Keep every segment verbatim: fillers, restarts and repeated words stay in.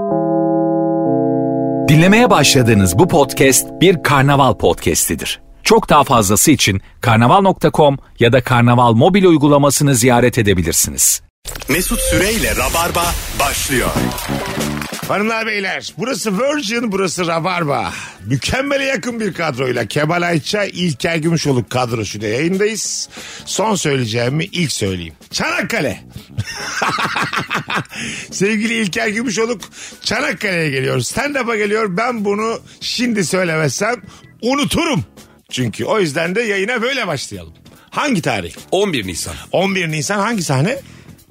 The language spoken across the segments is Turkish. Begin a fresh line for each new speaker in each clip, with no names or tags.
Dinlemeye başladığınız bu podcast bir karnaval podcastidir. Çok daha fazlası için karnaval nokta com ya da karnaval mobil uygulamasını ziyaret edebilirsiniz.
Mesut Süreyle Rabarba başlıyor.
Hanımlar beyler, burası Virgin, burası Rabarba. Mükemmele yakın bir kadroyla Kemal Ayça, İlker Gümüşoluk kadrosuyla yayındayız. Son söyleyeceğimi ilk söyleyeyim. Çanakkale. Sevgili İlker Gümüşoluk Çanakkale'ye geliyor. Stand-up'a geliyor. Ben bunu şimdi söylemezsem unuturum. Çünkü o yüzden de yayına böyle başlayalım. Hangi tarih?
on bir Nisan.
on bir Nisan hangi sahne?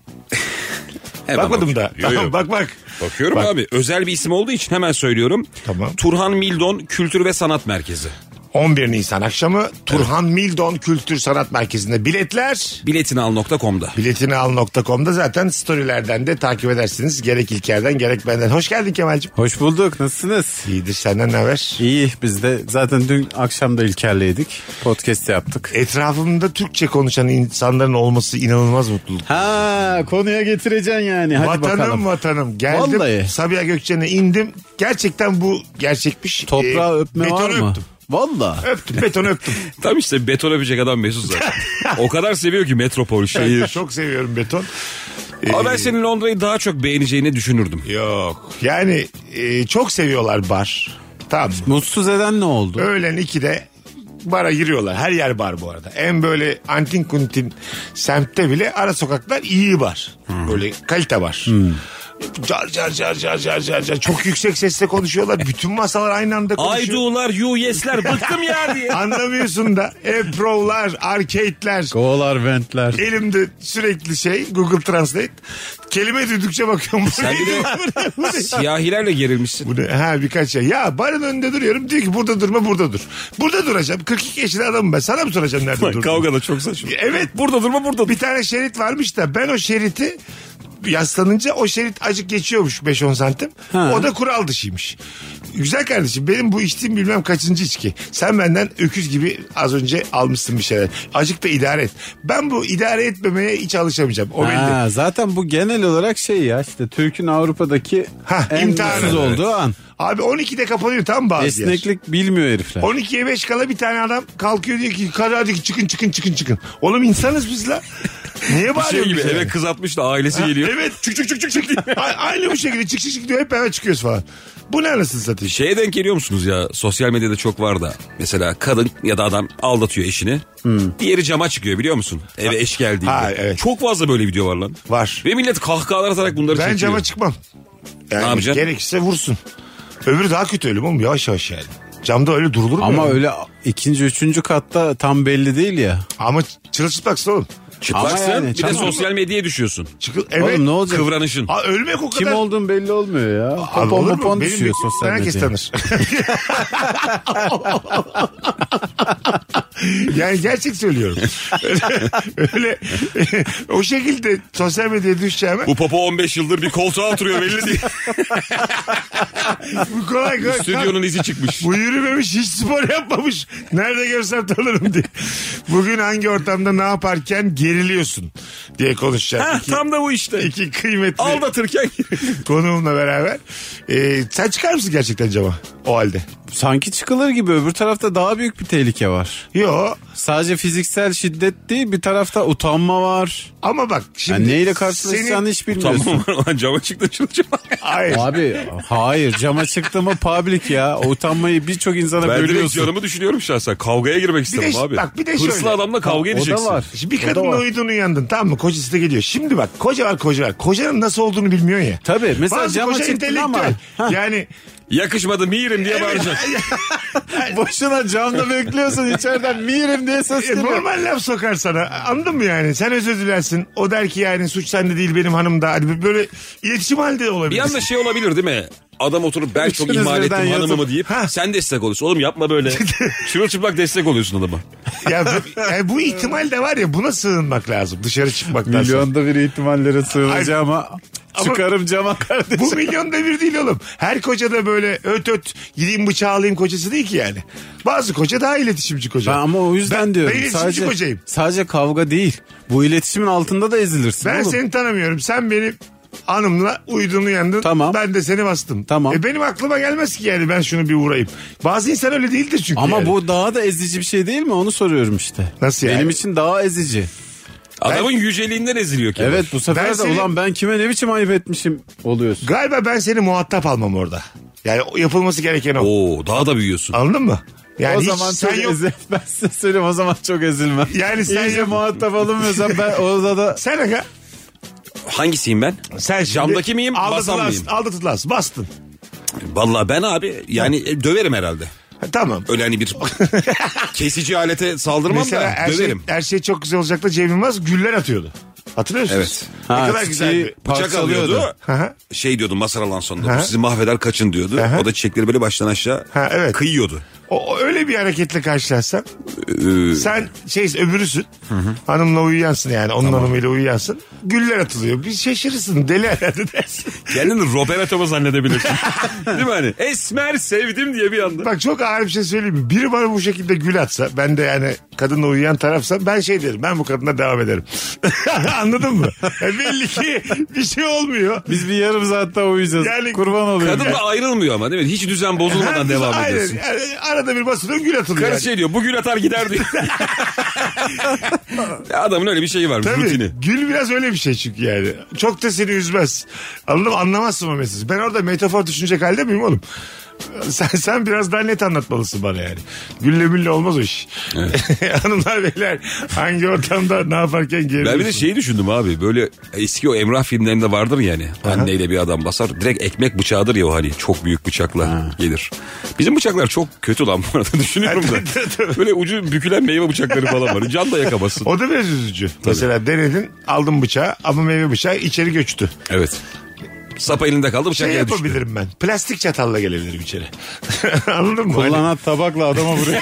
Hemen
Bakmadım
bak.
da. Tamam, bak bak.
Bakıyorum
Bak.
abi. Özel bir isim olduğu için hemen söylüyorum.
Tamam.
Turhan Mildon Kültür ve Sanat Merkezi.
on bir Nisan akşamı Turhan Mildon Kültür Sanat Merkezi'nde biletler
biletini al nokta com'da.
biletini al nokta com'da zaten storylerden de takip edersiniz. Gerek İlker'den gerek benden. Hoş geldin Kemal'cim.
Hoş bulduk. Nasılsınız?
İyidir, senden ne haber?
İyi, biz de zaten dün akşam da İlker'leydik. Podcast yaptık.
Etrafımda Türkçe konuşan insanların olması inanılmaz mutluluk.
Ha, konuya getireceksin yani. Hadi
vatanım
bakalım.
vatanım. Geldim
Vallahi.
Sabiha Gökçen'e indim. Gerçekten bu gerçekmiş.
Toprağı
Ee,
öpme var
betonu
mı?
öptüm.
Valla.
Öptüm, beton öptüm.
Tam işte beton öpecek adam Mesut zaten. O kadar seviyor ki metropol şehir.
Çok seviyorum beton.
Ama ben senin Londra'yı daha çok beğeneceğini düşünürdüm.
Yok. Yani e, çok seviyorlar bar. Tamam mı?
Mutsuz eden ne oldu?
Öğlen ikide bara giriyorlar. Her yer bar bu arada. En böyle antin kuntin semtte bile ara sokaklar iyi bar. Hmm. Böyle kalite bar. Hmm. Car car car car car car car. Çok yüksek sesle konuşuyorlar. Bütün masalar aynı anda konuşuyor.
Aydular, you yes'ler bıktım ya diye.
Anlamıyorsun da. E-Pro'lar, arcade'ler.
Go'lar, ventler.
Elimde sürekli şey Google Translate. Kelime duydukça bakıyorum.
Sen bir de siyahilerle gerilmişsin.
Bu ne? Ha, birkaç şey. Ya barın önünde duruyorum. Diyor ki burada durma, burada dur. Burada duracağım. kırk iki yaşında adamım ben. Sana mı soracağım nerede durduğumu?
Kavga da çok saçma.
Evet.
Burada durma, burada dur.
Bir tane şerit varmış da ben o şeriti yaslanınca o şerit acık geçiyormuş beş on santim.
Ha.
O da kural dışıymış. Güzel kardeşim, benim bu içtiğim bilmem kaçıncı içki. Sen benden öküz gibi az önce almışsın bir şeyler. Acık da idare et. Ben bu idare etmemeye hiç alışamayacağım. O belli.
Ha, zaten bu genel olarak şey ya, işte Türk'ün Avrupa'daki
Hah,
en
imtihanı.
mutsuz olduğu an.
Abi on ikide kapanıyor tam bazı yer.
Esneklik bilmiyor herifler.
on ikiye beş kala bir tane adam kalkıyor diyor ki hadi çıkın çıkın çıkın çıkın. Oğlum insanız biz la. Niye
Şey
bağırıyorsun
gibi
bize?
eve kız atmış da ailesi geliyor.
Evet, çık çık çık çık çık diye. A- Aynı bu şekilde çık çık çık diyor, hep beraber çıkıyoruz falan. Bu ne anasını satayım?
Şeye denk geliyor musunuz ya, sosyal medyada çok var da mesela kadın ya da adam aldatıyor eşini. Hmm. Diğeri cama çıkıyor biliyor musun? Eve eş geldiğinde.
Ha, evet.
Çok fazla böyle video var lan.
Var.
Ve millet kahkahalar atarak bunları
Ben
çekiyor.
cama çıkmam. Yani
Ne yapacaksın?
gerekirse vursun. Öbürü daha kötü ölüm oğlum, yavaş yavaş yani. Camda öyle durulur mu?
Ama
ya?
öyle ikinci, üçüncü katta tam belli değil ya.
Ama çırılçıplaksın oğlum.
Çıplaksın,
Ama yani,
bir de
tamam.
sosyal medyaya düşüyorsun.
Çıkıl, evet.
Oğlum ne olacak?
Kıvranışın.
Aa, ölmek o kadar.
Kim olduğun belli olmuyor ya.
Abi
Popon
olur mu?
popon
Benim
düşüyor
bir-
sosyal
herkes
medyaya.
tanır. Yani gerçek söylüyorum. Öyle, öyle o şekilde sosyal medyaya düşeceğime
Bu popo on beş yıldır bir koltuğa oturuyor belli değil.
bu kolay kolay.
Stüdyonun izi çıkmış.
Bu yürümemiş, hiç spor yapmamış. Nerede görsem tanırım diye. Bugün hangi ortamda ne yaparken geriliyorsun diye konuşacağız.
Ha,
İki,
tam da bu işte.
iki kıymetli
Aldatırken.
konuğumla beraber. Ee, sen çıkar mısın gerçekten cama o halde?
Sanki çıkılır gibi, öbür tarafta daha büyük bir tehlike var.
Yo.
Sadece fiziksel şiddet değil, bir tarafta utanma var.
Ama bak şimdi.
Yani neyle karşılaşacağını
senin-
hiç bilmiyorsun.
Tamam lan, cama çıktı çılacağım.
Hayır.
Abi hayır, cama çıktı mı public ya. O utanmayı birçok insana
Ben direkt
bölüyorsun.
canımı düşünüyorum şahsen. Kavgaya girmek
Bir de,
isterim abi.
bak bir de
Hırslı
şöyle.
adamla kavga
O da
edeceksin.
var.
Şimdi bir
O da
kadınla
var.
uyudun uyandın, tamam mı? Kocası da geliyor. Şimdi bak, koca var koca var. Kocanın nasıl olduğunu bilmiyorsun ya.
Tabii, mesela
Bazı
cama
koca
çıktın ama.
entelektüel.
Ha.
Yani
Yakışmadı miyirim diye bağıracak.
Boşuna camda bekliyorsun, içeriden mirim diye ses
e,
geliyor.
normal laf sokar sana. Anladın mı yani? Sen özür dilersin. O der ki yani suç sende değil, benim hanım da. Hani böyle iletişim halinde olabilir.
Bir anda şey olabilir değil mi? Adam oturup ben çok
Üçünüz
ihmal
birden
ettim hanımımı
yazıp-
deyip
Ha.
sen destek oluyorsun. Oğlum yapma böyle. Çırılçıplak destek oluyorsun adama.
Ya, bu, yani bu ihtimal de var ya, buna sığınmak lazım. Dışarı çıkmaktan sonra.
Milyonda bir ihtimallere sığınacağım ama
Ama-
çıkarım cama kardeşim.
Bu milyonda bir değil oğlum. Her koca da böyle öt öt gideyim bıçağı alayım kocası değil ki yani. Bazı koca daha iletişimci koca.
Ben ama o yüzden
Ben-
diyorum.
Ben iletişimci
sadece,
kocayım.
sadece kavga değil. Bu iletişimin altında da ezilirsin
Ben
oğlum.
seni tanımıyorum. Sen beni Hanımla uyudun uyandın.
Tamam.
Ben de seni bastım.
Tamam.
E benim aklıma gelmez ki yani ben şunu bir vurayım. Bazı insan öyle değildir çünkü.
Ama
yani.
bu daha da ezici bir şey değil mi? Onu soruyorum işte.
Nasıl yani?
Benim için daha ezici.
Adamın yüceliğinden eziliyor ki.
Evet bu sefer
Ben
de
seni-
ulan ben kime ne biçim ayıp etmişim oluyorsun.
Galiba ben seni muhatap almam orada. Yani o yapılması gereken o.
Oo daha da büyüyorsun.
Anladın mı? Yani
o
hiç
zaman
sen
çok
yok.
ezil. Ben size söyleyeyim o zaman çok ezilmem.
Yani sen
İyice
yok.
muhatap alınmıyorsam ben orada da...
Sen aga.
Hangisiyim ben?
Sen şimdi
Camdaki miyim, basan
aldatılarsın,
mıyım?
aldatılarsın, bastın.
Vallahi ben abi yani e, döverim herhalde.
Ha, tamam.
Öyle hani bir kesici alete saldırmam
Mesela
da
her şey,
döverim.
her şey çok güzel olacak da Cem Yılmaz güller atıyordu. Hatırlıyorsunuz?
Evet.
Ne
Ha,
kadar
çiçeği
güzel bir...
Bıçak
parçalıyordu.
alıyordu.
Hı hı.
Şey diyordu Mazhar sonunda.
Aha.
Bu sizi mahveder kaçın diyordu.
Aha.
O da çiçekleri böyle baştan aşağı
Ha, evet.
kıyıyordu.
O, o öyle bir hareketle karşılaşsan
Ee,
sen şey öbürüsün. Hanımla uyuyansın yani. Onun hanımıyla uyuyansın. Güller atılıyor. Bir şaşırırsın. Deli herhalde dersin.
kendini Roberto mu zannedebilirsin? Değil mi hani? Esmer sevdim diye bir anda.
Bak çok ağır bir şey söyleyeyim mi? Biri bana bu şekilde gül atsa ben de yani kadınla uyuyan tarafsam ben şey derim. Ben bu kadına devam ederim. Anladın mı? E belli ki bir şey olmuyor.
Biz bir yarım saatte uyuyacağız.
Yani-
Kurban olayım.
Kadın da ayrılmıyor ama değil mi? Hiç düzen bozulmadan
Ha,
devam
aynen.
ediyorsun.
Yani arada bir basılıyor gül atılıyor.
Karı
yani.
şey diyor bu gül atar gider diyor. Ya adamın öyle bir şeyi var
Tabii,
rutini.
gül biraz öyle bir şey çünkü yani. Çok da seni üzmez. Anladın mı? Anlamazsın o mesajı. Ben orada metafor düşünecek halde miyim oğlum? Sen, sen biraz daha net anlatmalısın bana yani. Gülle mülle olmaz o iş. Evet. Hanımlar beyler hangi ortamda ne yaparken geliyorsun?
Ben bir de şeyi düşündüm abi. Böyle eski o Emrah filmlerinde vardır yani. Anneyle bir adam basar. Direkt ekmek bıçağıdır ya o hani. Çok büyük bıçakla ha. gelir. Bizim bıçaklar çok kötü lan bu arada düşünüyorum da. Böyle ucu bükülen meyve bıçakları falan var. Can da yakamazsın.
O da biraz üzücü. Mesela denedin aldın bıçağı ama meyve bıçağı içeri göçtü.
Evet. Sapa elinde kaldı bıçak
Şey
yere düştü.
yapabilirim ben. Plastik çatalla gelebilirim içeri. Anladın mı? Hani-
Kullanat tabakla adama vuruyor.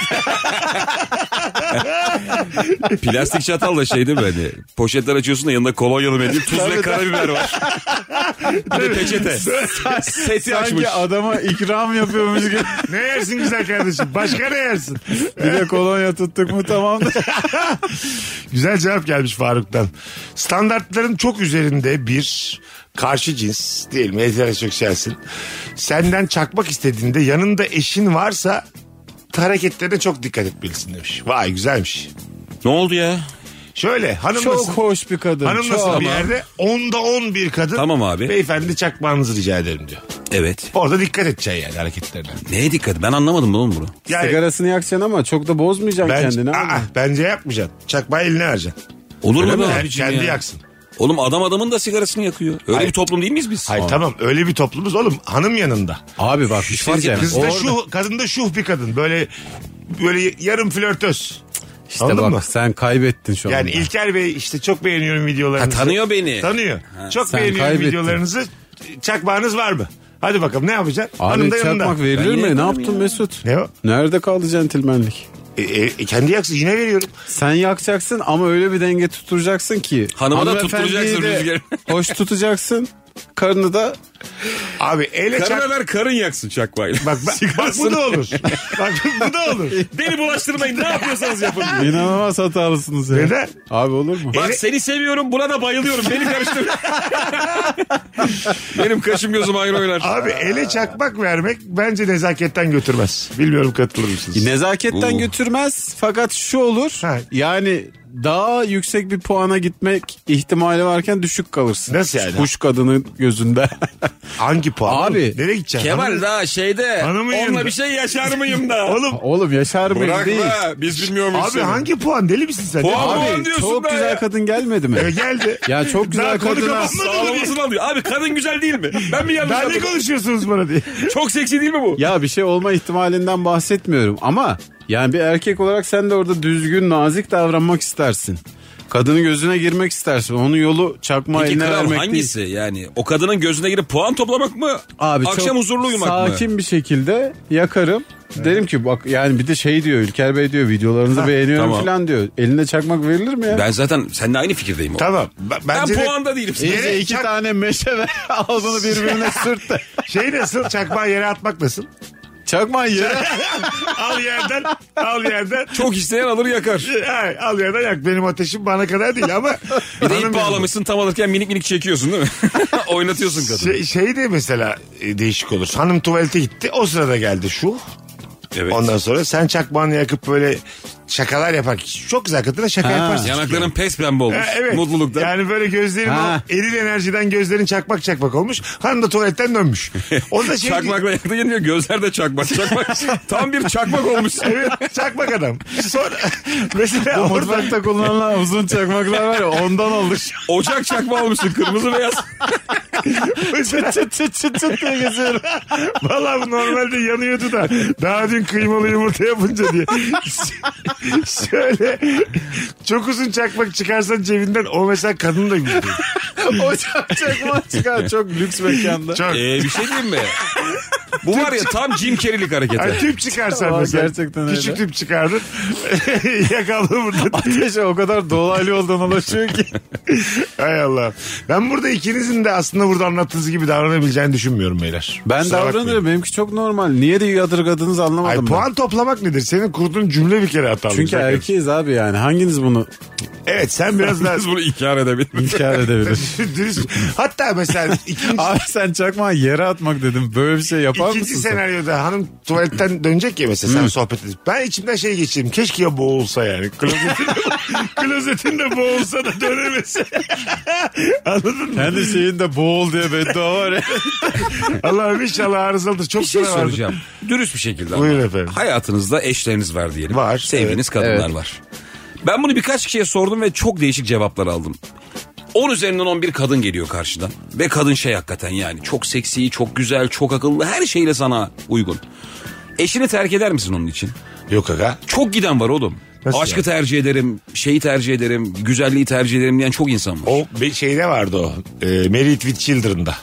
Plastik çatal da şey değil mi hani? Poşetler açıyorsun da yanında kolonyalı mendil, tuz ve karabiber var. Bir de peçete. Seti
Sanki
açmış.
adama ikram yapıyormuş gibi.
Ne yersin güzel kardeşim? Başka ne yersin?
Bir de kolonya tuttuk mu tamamdır.
Güzel cevap gelmiş Faruk'tan. Standartların çok üzerinde bir karşı cins diyelim heteroseksüelsin. Senden çakmak istediğinde yanında eşin varsa hareketlerine çok dikkat etmelisin demiş. Vay güzelmiş.
Ne oldu ya?
Şöyle hanımlasın.
Çok hoş bir kadın.
Hanımlasın
Çok.
bir yerde onda on bir kadın.
Tamam abi.
Beyefendi çakmağınızı rica ederim diyor.
Evet.
Orada dikkat edeceksin yani hareketlerine.
Neye dikkat? Ben anlamadım oğlum bunu.
Yani
Sigarasını yakacaksın ama çok da bozmayacaksın
ben,
kendini.
aa, bence yapmayacaksın. Çakmağı eline vereceksin.
Olur mu
Öyle
be
mi?
abicim
Kendi
ya?
yaksın.
Oğlum adam adamın da sigarasını yakıyor. Öyle
Hayır.
bir toplum değil miyiz biz?
Hayır tamam öyle bir toplumuz oğlum hanım yanında.
Abi bak bir şey diyeceğim.
Kız da
Orada-
şu kadın da şuh bir kadın böyle böyle yarım flörtöz.
İşte
Anladın
bak
mı?
sen kaybettin şu anda.
Yani İlker Bey işte çok beğeniyorum videolarınızı.
Ha, tanıyor beni.
Tanıyor. Çok
Sen
beğeniyorum
kaybettin.
videolarınızı. Çakmağınız var mı? Hadi bakalım ne yapacaksın?
Abi
Hanım da
çakmak
yanında.
verilir
Ben
mi? Ne
yaparım
yaptın
ya.
Mesut?
Ne o?
Nerede kaldı centilmenlik?
E, e, kendi yaksın yine veriyorum.
Sen yakacaksın ama öyle bir denge tutturacaksın ki.
Hanıma da
hanımefendiyi
tutturacaksın
de
rüzgarı.
Hoş tutacaksın. Karını da
Abi ele çak...
Karına ver karın yaksın çakmayla.
Bak, bak, bak bu da olur. Bak bu da olur.
Beni bulaştırmayın ne yapıyorsanız yapın.
inanılmaz hatalısınız ya.
Neden?
Abi olur mu?
Bak seni seviyorum buna da bayılıyorum. Beni karıştır. Benim kaşım gözüm ayrı oynar.
Abi ele çakmak vermek bence nezaketten götürmez. Bilmiyorum katılır mısınız?
Nezaketten
Oo.
götürmez fakat şu olur.
Ha.
Yani daha yüksek bir puana gitmek ihtimali varken düşük kalırsın.
Nasıl yani?
Kuş kadının gözünde.
Hangi puan?
Abi,
oğlum? Nereye gideceksin?
Kemal
Hanım-
daha şeyde
Hanımın
onunla
yanında.
bir şey yaşar mıyım da.
Oğlum
Oğlum yaşar mıyım
Bırakma
değil.
biz bilmiyor muyuz
abi
seni?
hangi puan? Deli misin sen?
Puan
Abi,
mı?
Abi
diyorsun
çok
da
güzel
ya.
kadın gelmedi mi?
e, geldi.
Ya çok güzel
Daha konu
kadına
kapatmadı mı?
Sağlamasını alıyor. Abi kadın güzel değil mi? Ben mi yanlış
Ben ne
anladım?
konuşuyorsunuz bana diye.
Çok seksi değil mi bu?
ya bir şey olma ihtimalinden bahsetmiyorum ama yani bir erkek olarak sen de orada düzgün nazik davranmak istersin. Kadının gözüne girmek istersin. Onun yolu çakma
Peki
eline
kral
vermek
hangisi
değil.
yani? O kadının gözüne girip puan toplamak mı?
Abi
Akşam
çok
huzurlu uyumak mı?
sakin bir şekilde yakarım. Derim ki bak yani bir de şey diyor İlker Bey diyor videolarınızı beğeniyorum
tamam.
falan diyor. Eline çakmak verilir mi ya?
Ben zaten seninle aynı fikirdeyim. oğlum.
Tamam. Ben,
Ben
bence de
puanda değilim.
İyice
Yere
iki
çak-
tane meşe ver al bunu birbirine sürt de.
şey nasıl çakmağı yere atmak nasıl?
Çakma yere.
Al yerden, al yerden.
Çok isteyen alır yakar.
Ay, al yerden yak. Benim ateşim bana kadar değil ama.
Bir de ip bağlamışsın, tam alırken minik minik çekiyorsun değil mi? Oynatıyorsun kadını.
Şey, şey de mesela e, değişik olur. Hanım tuvalete gitti. O sırada geldi şu.
Evet.
Ondan sonra sen çakmağını yakıp böyle şakalar yapar. Çok güzel kadına şaka
Ha.
yaparsın.
Yanakların pes pembe olmuş.
Ha, evet.
Mutluluktan.
Yani böyle gözlerin
Ha.
o eril enerjiden gözlerin çakmak çakmak olmuş. Hanım da tuvaletten dönmüş. O da şey
Çakmakla yaktı geliyor, gözler de çakmak. Çakmak. Tam bir çakmak olmuş.
Evet, çakmak adam. Sonra mesela
Bu
orada
mutfakta kullanılan uzun çakmaklar var ya, ondan oldu.
Ocak çakma olmuşsun, kırmızı beyaz.
mesela
Çıt çıt çıt çıt diye geziyorum.
valla bu normalde yanıyordu da daha dün kıymalı yumurta yapınca diye. Şöyle çok uzun çakmak çıkarsan cebinden, o mesela kadın da gülüyor.
Ocak çakmak çıkar çok lüks mekanda.
Çok.
Ee, bir şey diyeyim mi? Bu var ya tam Jim Carrey'lik hareketi.
Ay, tüp çıkarsan
Aa,
mesela.
gerçekten öyle.
Küçük tüp çıkardın. Yakaldı burada.
Ateşe o kadar dolaylı yoldan ulaşıyor ki.
Hay Allah. Ben burada ikinizin de aslında burada anlattığınız gibi davranabileceğini düşünmüyorum beyler.
Ben
Kusura
davranırım.
bakmayın.
Benimki çok normal. Niye de yadırgadınız
Ay,
anlamadım ben.
puan toplamak nedir? Senin kurduğun cümle bir kere hatalı.
Çünkü
Güzel kardeşim.
erkeğiz abi yani. Hanginiz bunu
Evet, sen biraz daha
Biz bunu inkar edebiliriz.
inkar edebilir?
dürüst. Hatta mesela ikinci,
Abi sen çakmağı yere atmak dedim. Böyle bir şey yapar
ikinci
mısın sen?
senaryoda hanım tuvaletten dönecek ya mesela, sen sohbet edip. Ben içimden şey geçireyim. Keşke ya boğulsa yani. Klozetinde, klozetinde boğulsa da dönemese. Anladın mı?
Kendi şeyinde boğul diye beddua var ya.
Allah'ım inşallah arızalıdır. Çok
Bir şey
sıra vardır.
soracağım. Dürüst bir şekilde.
Buyurun
ama.
efendim.
Hayatınızda eşleriniz var diyelim.
Var,
Sevdiğiniz
evet.
kadınlar
Evet.
var. Ben bunu birkaç kişiye sordum ve çok değişik cevaplar aldım. on üzerinden on bir kadın geliyor karşıdan. Ve kadın şey hakikaten yani çok seksi, çok güzel, çok akıllı, her şeyle sana uygun. Eşini terk eder misin onun için?
Yok aga.
Çok giden var oğlum.
Nasıl
Aşkı
yani?
tercih ederim, şeyi tercih ederim, güzelliği tercih ederim diyen çok insan var.
O bir şeyde vardı o. E, Married with Children'da.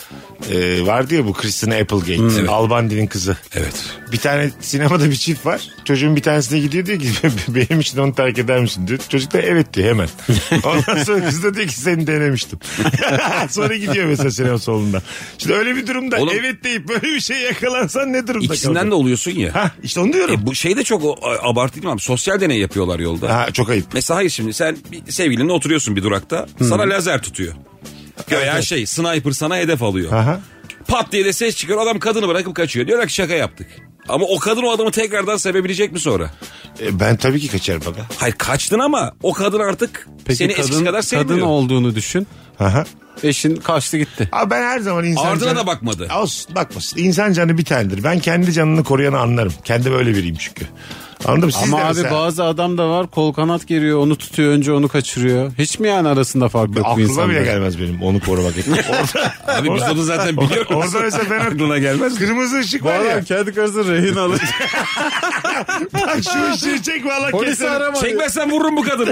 E, vardı ya bu Christina Applegate.
Evet.
Albandi'nin kızı.
Evet.
Bir tane sinemada bir çift var. Çocuğun bir tanesine gidiyor, diyor ki benim için onu terk eder misin diyor. Çocuk da evet diyor hemen. Ondan sonra kız da diyor ki seni denemiştim. Sonra gidiyor mesela sinema salonunda. Şimdi öyle bir durumda
Oğlum-
evet deyip böyle bir şey yakalansan ne durumda
İkisinden
kalacaksın?
de oluyorsun ya.
Ha işte onu diyorum.
E, bu şey de çok o- abartı değil mi abi? Sosyal deney yapıyorlar yolda.
Ha, çok ayıp.
Mesela hayır, şimdi sen bir sevgilinle oturuyorsun bir durakta. Sana lazer tutuyor. Göya
Evet.
şey, sniper sana hedef alıyor.
Aha.
Pat diye de ses çıkıyor, adam kadını bırakıp kaçıyor. Diyorlar ki şaka yaptık. Ama o kadın o adamı tekrardan sevebilecek mi sonra?
E, ben tabii ki kaçarım aga.
Hayır, kaçtın ama o kadın artık
Peki
seni eskisi
kadın,
kadar
kadın
sevmiyor.
olduğunu düşün.
Aha.
Eşin kaçtı gitti.
Abi ben her zaman insan
Ardına
canı...
da bakmadı.
Olsun, bakmasın. İnsan canı bir tanedir. Ben kendi canını koruyanı anlarım. Kendim öyle biriyim çünkü. Anladın mı? Siz
Ama
de
abi
mesela-
bazı adam da var, kol kanat geriyor, onu tutuyor, önce onu kaçırıyor. Hiç mi yani arasında fark yok bu
Aklıma
insanların?
bile gelmez benim onu korumak için. Orada,
Abi biz onu zaten biliyoruz.
orada mesela ben o
Aklına gelmez mi?
kırmızı ışık
Bu
var ya.
adam kendi karşısına rehin alır.
Bak şu ışığı çek valla
Polisi
keserim.
arama.
Çekmezsen vururum bu kadını.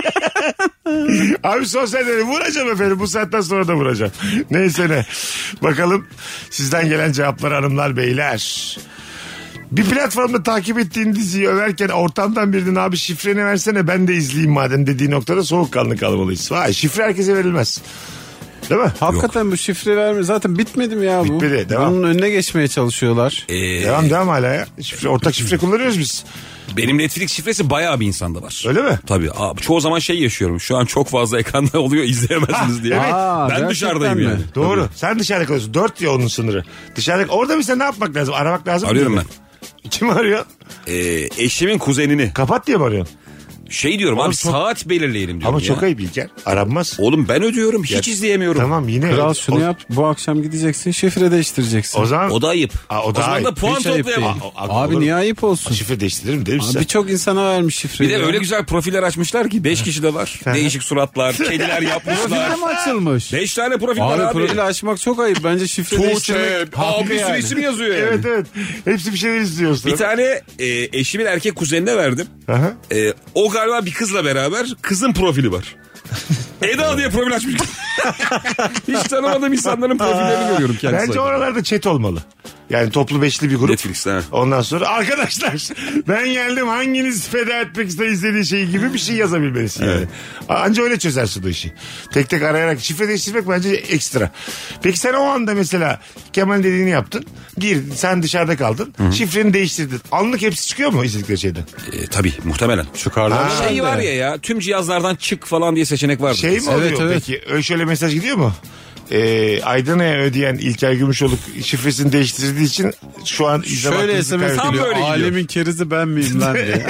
Abi sosyal deney vuracağım efendim. Bu saatten sonra da vuracağım. Neyse ne. Bakalım sizden gelen cevaplar hanımlar beyler. Bir platformda takip ettiğin diziyi överken ortamdan birinin abi şifreni versene ben de izleyeyim madem dediği noktada soğukkanlı kalmalıyız. Vay, şifre herkese verilmez. Değil mi?
Hakikaten bu şifre verme zaten bitmedi mi ya bu?
Bitmedi, devam.
Bunun önüne geçmeye çalışıyorlar.
Ee,
Devam devam hala ya. Şifre, ortak şifre kullanıyoruz biz.
benim Netflix şifresi bayağı bir insanda var.
Öyle mi?
Tabii. Abi, çoğu zaman şey yaşıyorum. Şu an çok fazla ekranda oluyor, izleyemezsiniz diye.
evet.
Aa,
Ben
gerçekten
dışarıdayım
mi?
yani.
Doğru. Sen dışarıda kalıyorsun. Dört ya onun sınırı. Dışarıda. Orada mesela ne yapmak lazım? Aramak lazım mı?
Arıyorum ben.
Kim arıyor?
Ee, eşimin kuzenini.
Kapat diye mi arıyorsun?
Şey diyorum
Oğlum
abi
çok-
saat belirleyelim diyorum
Ama
ya.
çok ayıp İlker. Aranmaz.
Oğlum ben ödüyorum, hiç
Ya,
izleyemiyorum.
Tamam yine.
Kral şunu
o,
yap, bu akşam gideceksin, şifre değiştireceksin.
O zaman.
O da ayıp.
Aa, o
o
da
zaman
ayıp.
da puan
Hiç ayıp
toplayamam.
değil.
Abi,
Abi
olur.
niye ayıp olsun?
Şifre değiştiririm değil mi
Abi
sen?
birçok insana vermiş şifreyi.
Bir de
ya.
öyle güzel profiller açmışlar ki beş kişi de var. Değişik suratlar, kediler yapmışlar.
Profil mi açılmış?
Beş tane profil var
Abi,
abi.
profili açmak çok ayıp. Bence şifre
Tuğçe,
değiştirmek
aa,
hakkı
bir sürü
yani.
isim yazıyor yani.
Evet evet. Hepsi bir şeyler istiyorsun.
Bir tane e, eşimin erkek kuzenine verdim.
Aha.
E, o galiba bir kızla beraber, kızın profili var. Eda diye profil açmış. Hiç tanımadığım insanların profillerini görüyorum kendisi.
Bence oralarda chat olmalı. Yani toplu beşli bir grup.
Netflix'te, evet.
Ondan sonra arkadaşlar ben geldim hanginiz feda etmek ister istediği şey gibi bir şey yazabilmelisin yani. Anca öyle çözersin o işi. Tek tek arayarak şifre değiştirmek bence ekstra. Peki sen o anda mesela Kemal dediğini yaptın. Girdin sen dışarıda kaldın. Hı-hı. Şifreni değiştirdin. Anlık hepsi çıkıyor mu istedikleri şeyden?
E, tabii muhtemelen.
Çıkarlar.
Şey var ya ya tüm cihazlardan çık falan diye seçenek vardı.
Şey mi oluyor
evet, evet.
peki? Öyle şöyle mesaj gidiyor mu? Ee, Aydın'a ödeyen İlker Gümüşoluk şifresini değiştirdiği için şu an
şöyle S M S geliyor. Alemin kerizi ben miyim lan diye.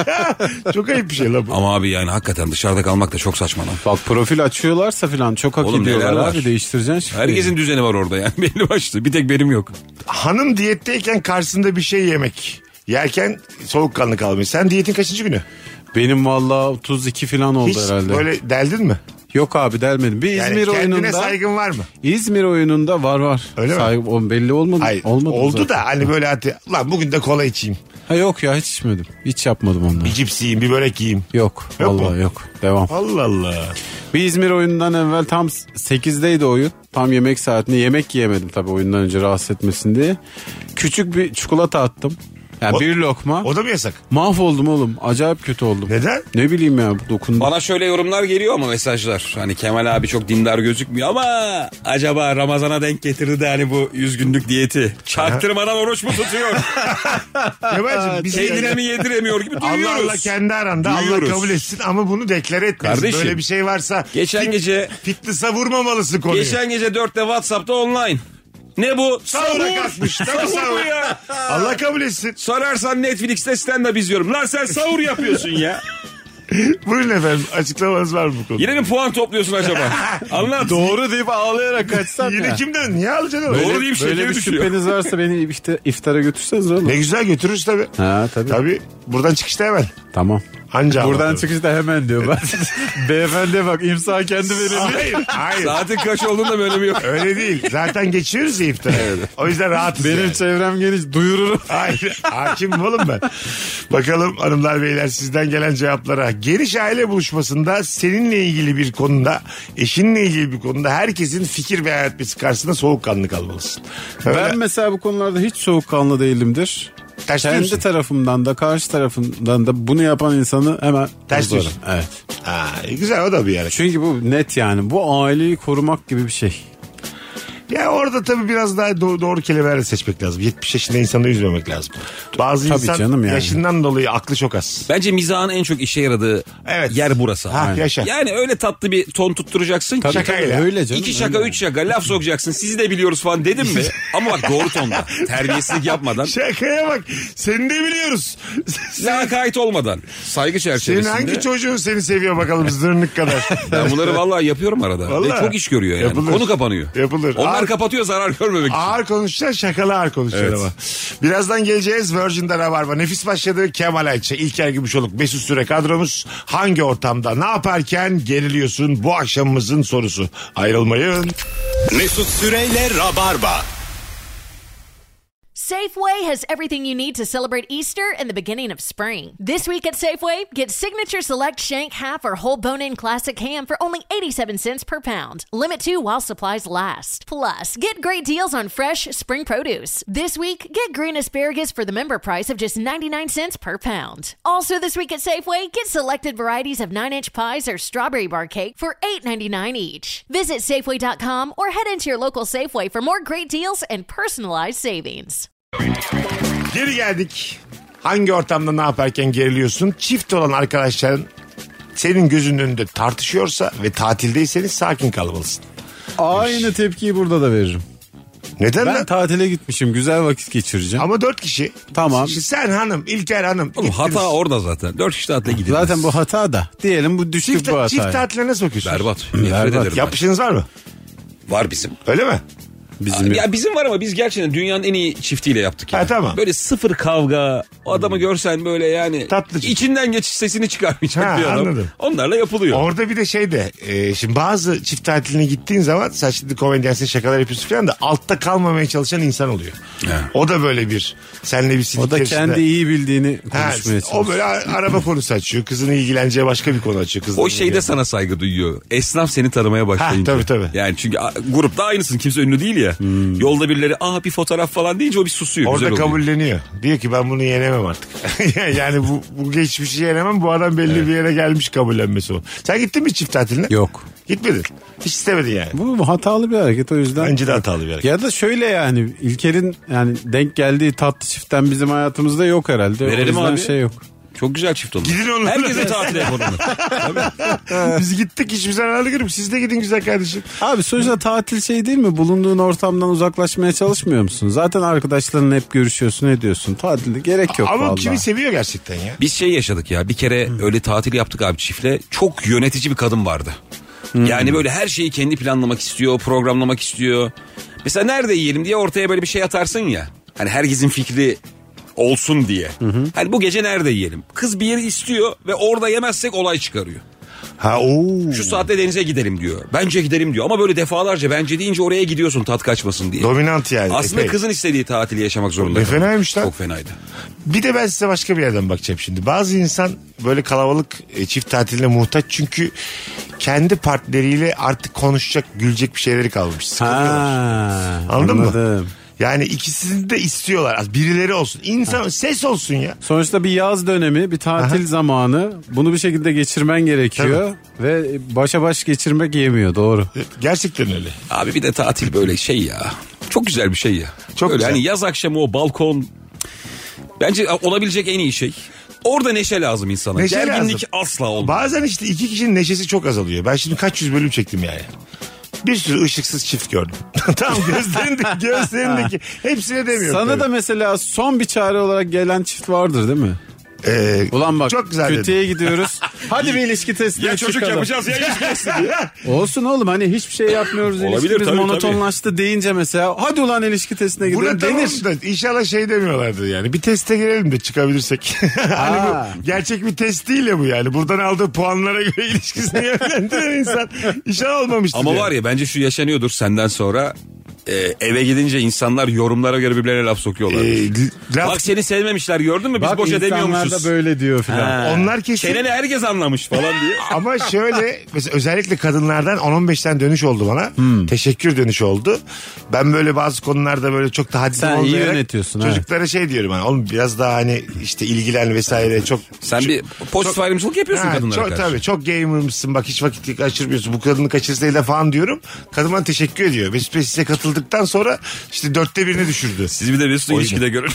Çok ayıp bir şey lan bu.
Ama abi yani hakikaten dışarıda kalmak da çok saçma lan.
Bak profil açıyorlarsa falan çok hak
Oğlum,
ediyorlar
neler var?
abi, değiştireceksin şifreyi.
Herkesin düzeni var orada yani belli başlı. Bir tek benim yok.
Hanım diyetteyken karşısında bir şey yemek yerken soğukkanlı kalmış. Sen diyetin kaçıncı günü?
Benim vallahi otuz iki falan oldu
Hiç
herhalde.
böyle deldin mi?
Yok abi delmedim. Bir
Yani
İzmir
kendine
oyununda.
saygın var mı?
İzmir oyununda var var.
Öyle mi?
Saygı, o belli olmadı.
Hayır.
Olmadı
oldu
zaten.
da hani böyle hadi lan bugün de kola içeyim.
Ha yok ya, hiç içmedim. Hiç yapmadım onları.
Bir cips yiyeyim, bir börek yiyeyim.
Yok.
Yok
Vallahi
mu?
yok. Devam.
Allah Allah.
Bir İzmir oyunundan evvel tam sekizdeydi oyun. Tam yemek saatinde yemek yiyemedim tabii oyundan önce rahatsız etmesin diye. Küçük bir çikolata attım. Yani
O-
bir lokma.
O da mı yasak?
Mahvoldum oğlum. Acayip kötü oldum.
Neden?
Ne bileyim ya, dokundu.
Bana şöyle yorumlar geliyor ama mesajlar. Hani Kemal abi çok dindar gözükmüyor ama acaba Ramazan'a denk getirdi de hani bu yüz günlük diyeti. Çaktırmadan oruç mu tutuyor?
Kemal'cim biz
Kendine mi yediremiyor gibi duyuyoruz.
Allah Allah kendi aranda
Duyuyoruz.
Allah kabul etsin ama bunu deklare etmesin.
Kardeşim,
Böyle bir şey varsa
geçen
fit-
gece-
fitness'a vurmamalısın konuyu.
Geçen gece dörtte WhatsApp'ta online. Ne bu?
Sahura kalkmış. Tabii
Sahur
sahur.
bu ya.
Allah kabul etsin.
Sorarsan Netflix'te stand-up izliyorum. Lan sen sahur yapıyorsun ya.
Buyurun efendim açıklamanız var mı bu konuda?
Yine mi puan topluyorsun acaba? Anlat.
Doğru deyip ağlayarak kaçsam
Yine
ya.
kimden? Niye alacaksın onu?
Doğru deyip
Böyle
şekeri
bir
düşürüyor.
şüpheniz varsa beni ifta- iftara götürseniz oğlum.
Ne güzel götürürüz tabii.
Ha tabii.
Tabii. Buradan çıkışta hemen.
Tamam.
Anca
Buradan
anlatırım.
çıkışta hemen diyor bak. Beyefendi bak, imza kendi verildi.
Hayır, hayır.
Saatin kaç olduğunda da önemi yok.
Öyle değil. Zaten geçiyoruz ya iftara. O yüzden rahatız
Benim
yani.
çevrem geniş, duyururum.
Hayır. Hakimim oğlum ben. Bakalım hanımlar beyler sizden gelen cevaplara. Geniş aile buluşmasında seninle ilgili bir konuda, eşinle ilgili bir konuda herkesin fikir beyan etmesi karşısında soğukkanlı kalmalısın. Öyle.
Ben mesela bu konularda hiç soğukkanlı değilimdir.
Ters
Kendi
diyorsun.
tarafımdan da karşı tarafımdan da bunu yapan insanı hemen
Ters
bozarım.
diyorsun.
Evet.
Ha, güzel o da bir yer.
Çünkü bu net yani. Bu aileyi korumak gibi bir şey.
Ya orada tabii biraz daha do- doğru kelimeler seçmek lazım. yetmiş yaşında insanı üzmemek lazım. Bazı
Tabii
insan
canım yani.
yaşından dolayı aklı çok az.
Bence mizahın en çok işe yaradığı
Evet.
yer burası.
Ha, yaşa.
Yani öyle tatlı bir ton tutturacaksın ki.
Tabii,
Şakayla.
tabii, öyle canım.
İki şaka,
öyle.
üç şaka laf sokacaksın. Sizi de biliyoruz falan dedim mi? Ama bak doğru tonda. Terbiyesizlik yapmadan.
Şakaya bak. Seni de biliyoruz.
Lakayt olmadan. Saygı
Senin
çerçevesinde.
hangi çocuğun seni seviyor bakalım zırnık kadar.
Ben bunları vallahi yapıyorum arada.
Vallahi.
Ve çok iş görüyor yani.
Yapılır.
Konu kapanıyor.
Yapılır.
Onlar
Ağır-
kapatıyor zarar görmemek için.
Ağır konuşacaksın, şakalı ağır konuşacaksın
Evet.
ama. Birazdan geleceğiz. Virgin'de Rabarba. Nefis başladı. Kemal Ayça, İlker Gümüşoluk, Mesut Süre kadromuz. Hangi ortamda ne yaparken geriliyorsun? Bu akşamımızın sorusu. Ayrılmayın.
Mesut Süreyle Rabarba.
Safeway has everything you need to celebrate Easter and the beginning of spring. This week at Safeway, get Signature Select Shank Half or Whole Bone-In Classic Ham for only eighty-seven cents per pound. Limit two while supplies last. Plus, get great deals on fresh spring produce. This week, get green asparagus for the member price of just ninety-nine cents per pound. Also this week at Safeway, get selected varieties of nine-inch pies or strawberry bar cake for eight ninety-nine each. Visit Safeway dot com or head into your local Safeway for more great deals and personalized savings.
Geri geldik. Hangi ortamda ne yaparken geriliyorsun? Çift olan arkadaşların senin gözünün önünde tartışıyorsa ve tatildeyseniz sakin kalmalısın.
Aynı tepkiyi burada da veririm.
Neden
Ben
lan?
tatile gitmişim, güzel vakit geçireceğim.
Ama dört kişi.
Tamam.
Şimdi sen hanım, İlker hanım.
Oğlum
gittiniz.
hata orada zaten. Dört kişi tatile gidiyor.
Zaten bu hata da. Diyelim bu düştük
Çift,
bu hataya.
çift tatiline nasıl bakıyorsunuz?
Berbat. Nefret
Berbat.
ederim ben.
Yapışınız var mı?
Var bizim.
Öyle mi?
Bizim
Ya bizim var ama biz gerçekten dünyanın en iyi çiftiyle yaptık. Yani.
Ha, tamam.
Böyle sıfır kavga. O adamı görsen böyle yani.
Tatlıcı.
İçinden geçiş sesini çıkarmayacak
Ha,
bir adam.
anladım.
Onlarla yapılıyor.
Orada bir de şey de e, şimdi bazı çift tatiline gittiğin zaman sen şimdi komedyensin şakalar yapıyorsun falan da altta kalmamaya çalışan insan oluyor.
He.
O da böyle bir senle bir silik
O da
içerisinde-
kendi iyi bildiğini
Ha,
konuşmaya
o
çalışıyor.
böyle a- araba konusu açıyor. Kızını ilgileneceği başka bir konu açıyor. Kızını
O şeyde sana saygı duyuyor. Esnaf seni tanımaya başlayınca.
Ha, tabii, tabii.
Yani çünkü a- grupta aynısın. Kimse ünlü değil ya. ya. Hmm. Yolda birileri aa bir fotoğraf falan deyince o bir susuyor.
Orada kabulleniyor. Diyor ki ben bunu yenemem artık. Yani bu, bu geçmişi yenemem. Bu adam belli evet. bir yere gelmiş, kabullenmesi o. Sen gittin mi çift tatiline?
Yok.
Gitmedin. Hiç istemedin yani.
Bu hatalı bir hareket o yüzden.
Bence de hatalı bir hareket.
Ya da şöyle yani İlker'in yani denk geldiği tatlı çiftten bizim hayatımızda yok herhalde.
Verelim
o
abi.
Şey yok.
Çok güzel çift oldu.
Gidin onunla.
Herkese tatile yapalım.
Biz gittik, hiçbir zararlı görüp siz de gidin güzel kardeşim.
Abi sonuçta tatil şey değil mi? Bulunduğun ortamdan uzaklaşmaya çalışmıyor musun? Zaten arkadaşlarınla hep görüşüyorsun, ediyorsun. Tatilde gerek yok
ama
vallahi.
kimi seviyor gerçekten ya.
Biz şey yaşadık ya, bir kere hmm. öyle tatil yaptık abi çiftle. Çok yönetici bir kadın vardı. Hmm. Yani böyle her şeyi kendi planlamak istiyor, programlamak istiyor. Mesela nerede yiyelim diye ortaya böyle bir şey atarsın ya. Hani herkesin fikri olsun diye. Hı hı. Hani bu gece nerede yiyelim? Kız bir yeri istiyor ve orada yemezsek olay çıkarıyor.
Ha, oo.
Şu saatte denize gidelim diyor. Bence gidelim diyor. Ama böyle defalarca bence deyince oraya gidiyorsun tat kaçmasın diye.
Dominant yani.
Aslında
epey.
Kızın istediği tatili yaşamak zorunda.
Ne fenaymış lan.
Çok fenaydı.
Bir de ben size başka bir yerden bakacağım şimdi. Bazı insan böyle kalabalık çift tatiline muhtaç çünkü kendi partneriyle artık konuşacak, gülecek bir şeyleri kalmış.
Ha,
anladın
anladım.
mı? Yani ikisini de istiyorlar. Birileri olsun. İnsan ha. ses olsun ya.
Sonuçta bir yaz dönemi, bir tatil Aha. zamanı. Bunu bir şekilde geçirmen gerekiyor. Tabii. Ve başa baş geçirmek yemiyor. Doğru.
Gerçekten öyle.
Abi bir de tatil böyle şey ya. Çok güzel bir şey ya.
Çok
öyle
güzel.
Hani yaz akşamı o balkon. Bence olabilecek en iyi şey. Orada neşe lazım insana.
Neşe
Gerginlik
lazım.
asla olmuyor.
Bazen işte iki kişinin neşesi çok azalıyor. Ben şimdi kaç yüz bölüm çektim yani. Bir sürü ışıksız çift gördüm. Tamam, gözlerindeki, gözlerindeki hepsine demiyorum.
Sana tabii. da mesela son bir çare olarak gelen çift vardır değil mi?
Ee,
Ulan bak
çok güzel
kötüye gidiyoruz. Hadi bir ilişki testine
ya çocuk
çıkalım.
yapacağız ya ilişki testi diye.
Olsun oğlum, hani hiçbir şey yapmıyoruz.
Olabilir,
ilişkimiz
tabii,
monotonlaştı tabii. deyince mesela hadi ulan ilişki testine gidelim
Buna
denir.
Tamam da inşallah şey demiyorlardı yani. Bir teste girelim de çıkabilirsek. Hani bu gerçek bir test değil ya bu yani. Buradan aldığı puanlara göre ilişkisini yönlendiren insan. İnşallah olmamıştır.
Ama
yani.
var ya bence şu yaşanıyordur senden sonra. Ee, eve gidince insanlar yorumlara göre birbirlerine laf sokuyorlar. Ee, laf... Bak seni sevmemişler gördün mü? Biz
Bak,
boşa demiyormuşuz.
Bak insanlar da böyle diyor filan.
Onlar kesin.
Çeneni herkes anlamış falan diye.
Ama şöyle mesela özellikle kadınlardan on on beşten dönüş oldu bana. Hmm. Teşekkür dönüş oldu. Ben böyle bazı konularda böyle çok da haddim olmayarak. Sen iyi
yönetiyorsun.
Çocuklara
evet.
şey diyorum hani oğlum biraz daha hani işte ilgilen vesaire çok.
Sen
çok,
bir pozitif ayrımcılık yapıyorsun ha, kadınlara
çok,
karşı.
Tabii çok gamer'mışsın bak hiç vakit kaçırmıyorsun. Bu kadını kaçırsaydı falan diyorum. Kadın bana teşekkür ediyor. Mesut Bey size katıldıktan sonra İşte dörtte birini düşürdü.
Siz bir de Mesut'un ilişkide görün.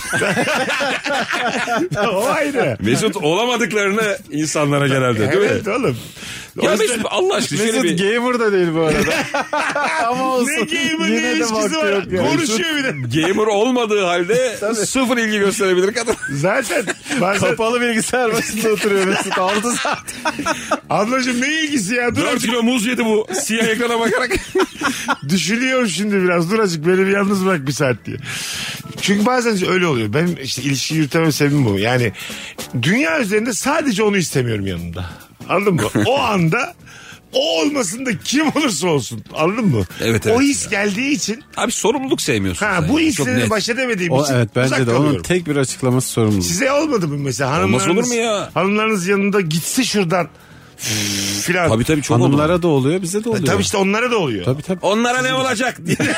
O ayrı.
Mesut olamadıklarını insanlara genelde değil mi?
Evet oğlum.
Ya Mesut Allah aşkına şöyle
Mesut
bir...
gamer da değil bu arada. Ama olsun.
Ne gamer ne ilişkisi var.
Yok yani.
Konuşuyor bir de.
Gamer olmadığı halde sıfır ilgi gösterebilir kadın.
Zaten bazen...
Kapalı bilgisayar başında oturuyor Mesut altı saat.
Ablacığım ne ilgisi ya? Dur
dört kilo muz yedi bu siyah ekrana bakarak.
Düşünüyorum şimdi biraz. Dur azıcık beni bir yalnız bırak bir saat diye. Çünkü bazen öyle oluyor. Benim işte ilişki yürütemem sebebim bu. Yani dünya üzerinde sadece onu istemiyorum yanımda. Anladın mı? O anda o olmasın da kim olursa olsun. Anladın mı?
Evet, evet.
O his geldiği için.
Abi sorumluluk sevmiyorsun.
Ha, bu hisleri baş edemediğim
o,
için
evet bence de
kalıyorum.
Onun tek bir açıklaması sorumluluk.
Size olmadı mı mesela? Hanımlarınız,
olmaz olur mu ya?
Hanımlarınız yanında gitse şuradan filan.
Tabii tabii çok
Hanımlara
oldu.
da oluyor, bize de oluyor.
Tabii işte onlara da oluyor.
Tabii tabii.
Onlara ne olacak?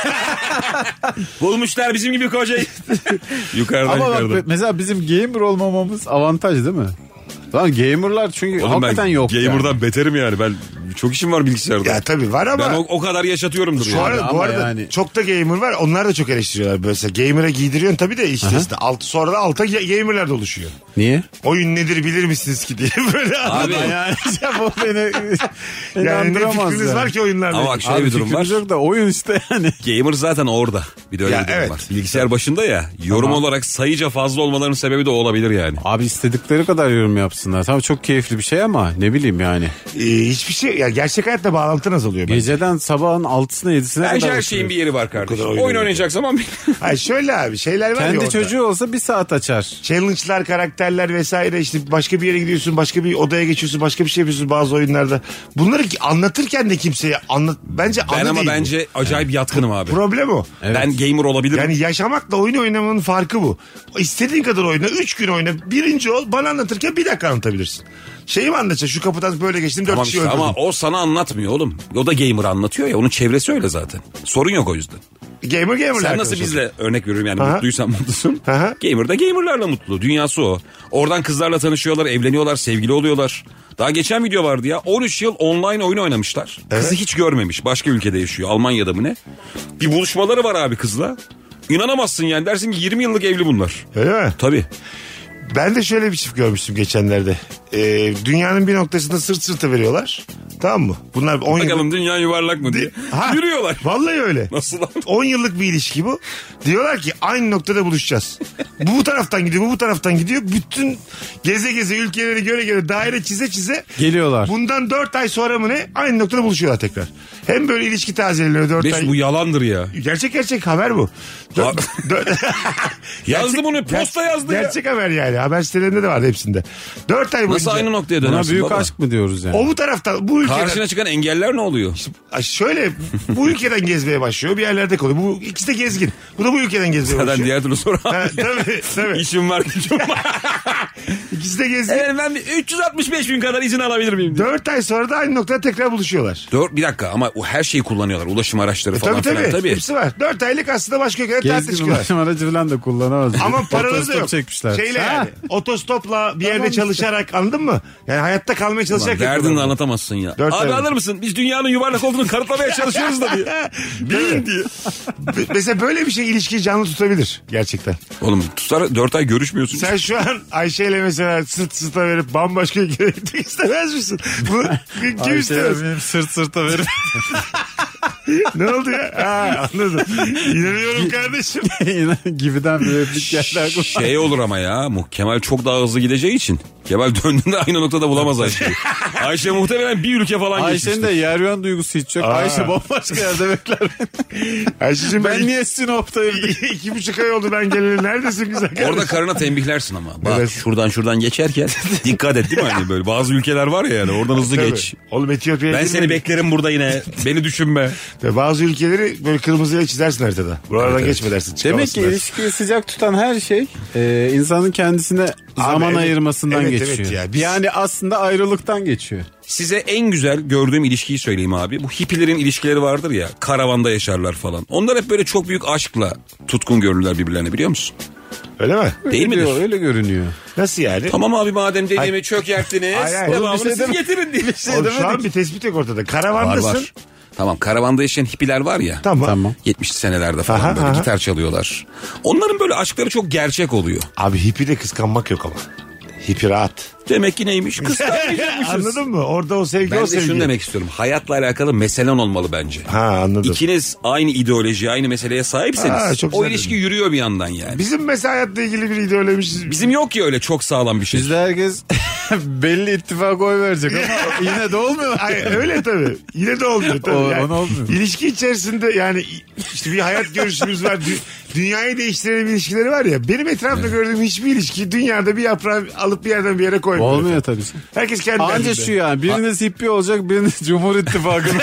Bulmuşlar bizim gibi kocayı. yukarıdan
Ama
yukarıdan.
bak mesela bizim gamer olmamamız avantaj değil mi? Lan gamerlar çünkü
Oğlum
hakikaten
ben
yok.
gamer'dan
yani.
beterim yani. Ben çok işim var bilgisayarda.
Ya tabii var ama.
Ben o, o kadar yaşatıyorumdur.
Şu
yani.
arada, bu arada
yani...
çok da gamer var. Onlar da çok eleştiriyorlar. Böyle gamer'a giydiriyorsun tabii de işte, işte alt, sonra da alta gamer'lar da oluşuyor.
Niye?
Oyun nedir bilir misiniz ki diye böyle.
Abi yani bu beni, beni
yani ne fikriniz
yani.
var ki oyunlarda?
Ama bak şöyle bir durum var.
Yok da oyun işte yani.
Gamer zaten orada. Bir de öyle
Ya
bir durum
evet.
var. Bilgisayar başında ya. Yorum
Tamam.
olarak sayıca fazla olmalarının sebebi de olabilir yani.
Abi istedikleri kadar yorum yapsınlar. Tamam çok keyifli bir şey ama ne bileyim yani.
Ee, hiçbir şey ya gerçek hayatta bağlantı azalıyor.
Geceden sabahın altısına yedisine
Bence
kadar
her
oturuyor.
şeyin bir yeri var kardeşim.
oyun
Oyun, oyun oynayacak zaman bir...
Hayır şöyle abi şeyler var ya
Kendi
orada.
çocuğu olsa bir saat açar.
Challenge'lar, karakterler vesaire işte başka bir yere gidiyorsun, başka bir odaya geçiyorsun, başka bir şey yapıyorsun bazı oyunlarda. Bunları anlatırken de kimseye anlat bence
Ben
anı
ama
değil
bence bu. acayip yatkınım abi.
Problem o.
Evet.
Ben gamer olabilirim.
Yani yaşamakla oyun oynamanın farkı bu. İstediğin kadar oyna, üç gün oyna, birinci ol, bana anlatırken bir dakika anlatabilirsin. Şeyi mi anlatacaksın? Şu kapıdan böyle geçtim dört
Tamam
kişi
işte
öldürdüm.
ama o sana anlatmıyor oğlum. O da gamer anlatıyor ya. Onun çevresi öyle zaten. Sorun yok o yüzden.
Gamer gamer'la
Sen nasıl
arkadaş
bizle örnek veriyorum yani
Aha.
mutluysan mutlusun.
Aha.
Gamer da gamerlarla mutlu. Dünyası o. Oradan kızlarla tanışıyorlar, evleniyorlar, sevgili oluyorlar. Daha geçen video vardı ya. on üç yıl online oyun oynamışlar. Kızı hiç görmemiş. Başka ülkede yaşıyor. Almanya'da mı ne? Bir buluşmaları var abi kızla. İnanamazsın yani. Dersin ki yirmi yıllık evli bunlar.
Öyle mi?
Tabii.
Ben de şöyle bir çift görmüştüm geçenlerde. Ee, dünyanın bir noktasında sırt sırta veriyorlar. Tamam mı? Bunlar on
Bakalım
yıllık...
dünya yuvarlak mı diye.
Ha,
Yürüyorlar.
Vallahi öyle.
Nasıl lan?
on yıllık bir ilişki bu. Diyorlar ki aynı noktada buluşacağız. Bu bu taraftan gidiyor, bu bu taraftan gidiyor. Bütün geze geze ülkeleri göre göre daire çize çize.
Geliyorlar.
Bundan dört ay sonra mı ne? Aynı noktada buluşuyorlar tekrar. Hem böyle ilişki tazeleniyor dört
Beş
ay.
bu yalandır ya.
Gerçek gerçek haber bu. Dört, dört...
Yazdı bunu, posta yazdı ya.
Gerçek haber yani. Haber sitelerinde de vardı hepsinde. Dört ay boyunca.
Nasıl aynı noktaya
Buna
dönersin
büyük
baba?
aşk mı diyoruz yani?
O bu taraftan bu ülkeden.
Karşına çıkan engeller ne oluyor?
Şöyle bu ülkeden gezmeye başlıyor. Bir yerlerde kalıyor. Bu ikisi de gezgin. Bu da bu ülkeden gezmeye
Zaten
başlıyor.
diğer türlü sonra.
Ha, tabii tabii.
İşim var gücüm var.
İkisi de gezgin.
Evet ben bir üç yüz altmış beş gün kadar izin alabilir miyim? diye.
Dört ay sonra da aynı noktada tekrar buluşuyorlar.
Dört, bir dakika ama o her şeyi kullanıyorlar. Ulaşım araçları
E,
falan
tabii tabii.
filan. Tabii.
Hepsi var. Dört aylık aslında başka ülkelere tatil
Gezgin
çıkıyorlar.
ulaşım aracı falan da kullanamaz.
Ama paraları da
Otostop
yok.
çekmişler.
Şeyle
Ha.
yani. Otostopla bir yerde
Tamam işte.
çalışarak anladın mı? Yani hayatta kalmaya
Ulan
çalışarak.
derdini de
yapıyorlar.
anlatamazsın ya.
Dört
Abi
ay.
alır mısın? Biz dünyanın yuvarlak olduğunu kanıtlamaya çalışıyoruz da diye. Bilin diye.
Be- Mesela böyle bir şey ilişkiyi canlı tutabilir gerçekten.
Oğlum tutar dört ay görüşmüyorsun.
Sen şu an Ayşe'yle mesela sırt sırta verip bambaşka ülkeye gitmek istemez misin? Bu kim
Ayşe'ye
istemez?
benim sırt sırta verip
Ne oldu ya? Ha, anladım. İnanıyorum kardeşim.
gibiden bir replik geldi aklıma.
Şey olur ama ya. mu- Kemal çok daha hızlı gideceği için. Kemal döndüğünde aynı noktada bulamaz Ayşe'yi. Ayşe muhtemelen bir ülke falan
Ayşe'nin de
geçmiştir.
yer yön duygusu hiç yok.
Aa.
Ayşe bambaşka yerde bekler beni.
Ayşe'cim ben,
Ben niye Sinop'tayım?
iki, iki buçuk ay oldu ben geleli. Neredesin güzel kardeşim?
Orada karına tembihlersin ama. Bak
Evet.
şuradan şuradan geçerken dikkat et değil mi? Hani böyle bazı ülkeler var ya yani oradan hızlı
Tabii.
geç.
Oğlum Etiyopya'ya
Ben seni
girmedik.
beklerim burada yine. Beni düşünme.
Ve bazı ülkeleri böyle kırmızıya çizersin haritada. Buralardan geçme dersin.
Demek
çıkamazsın
ki
dersin.
ilişkiyi sıcak tutan her şey e, insanın kendisine zaman
evet.
ayırmasından
Evet,
geçiyor.
evet ya. Biz-
Yani aslında ayrılıktan geçiyor.
Size en güzel gördüğüm ilişkiyi söyleyeyim abi. Bu hippilerin ilişkileri vardır ya. Karavanda yaşarlar falan. Onlar hep böyle çok büyük aşkla tutkun görürler birbirlerine biliyor musun?
Öyle mi?
Değil
Öyle
midir?
diyor, öyle görünüyor.
Nasıl yani?
Tamam abi madem dediğimi çok yerttiniz.
Hayır, hayır.
Devamını
Bir şey
siz
deme-
getirin diye.
Oğlum, şu an bir tespit yok ortada.
Var
Karavandasın.
var. Tamam karavanda yaşayan hippiler var ya.
Tamam.
Tamam.
yetmişli senelerde falan
Aha,
böyle
aha.
gitar çalıyorlar. Onların böyle aşkları çok gerçek oluyor.
Abi hippi de kıskanmak yok ama. Hippi rahat.
Demek ki neymiş? Kıskanmayacakmışız.
Anladın mı? Orada o sevgi
Ben
o
de
sevgi.
şunu demek istiyorum. Hayatla alakalı meselen olmalı bence.
Ha anladım.
İkiniz aynı ideoloji, aynı meseleye sahipseniz
Ha, çok
o
güzel
ilişki
dedin.
yürüyor bir yandan yani.
Bizim mesela hayatla ilgili bir ideolojimiz.
Bizim yok ya öyle çok sağlam bir şey.
Bizde herkes belli ittifak oy verecek ama yine de olmuyor.
Ay, öyle tabii. Yine de olmuyor tabii.
O-
Yani
ona olmuyor.
İlişki içerisinde yani işte bir hayat görüşümüz var. Dü- dünyayı değiştiren ilişkileri var ya. Benim etrafımda gördüğüm hiçbir ilişki dünyada bir yaprağı alıp bir yerden bir yere koymuyor.
Olmuyor tabii.
Herkes kendi
Anca
derdinde.
şu yani biriniz hippi olacak biriniz Cumhur İttifakı'nın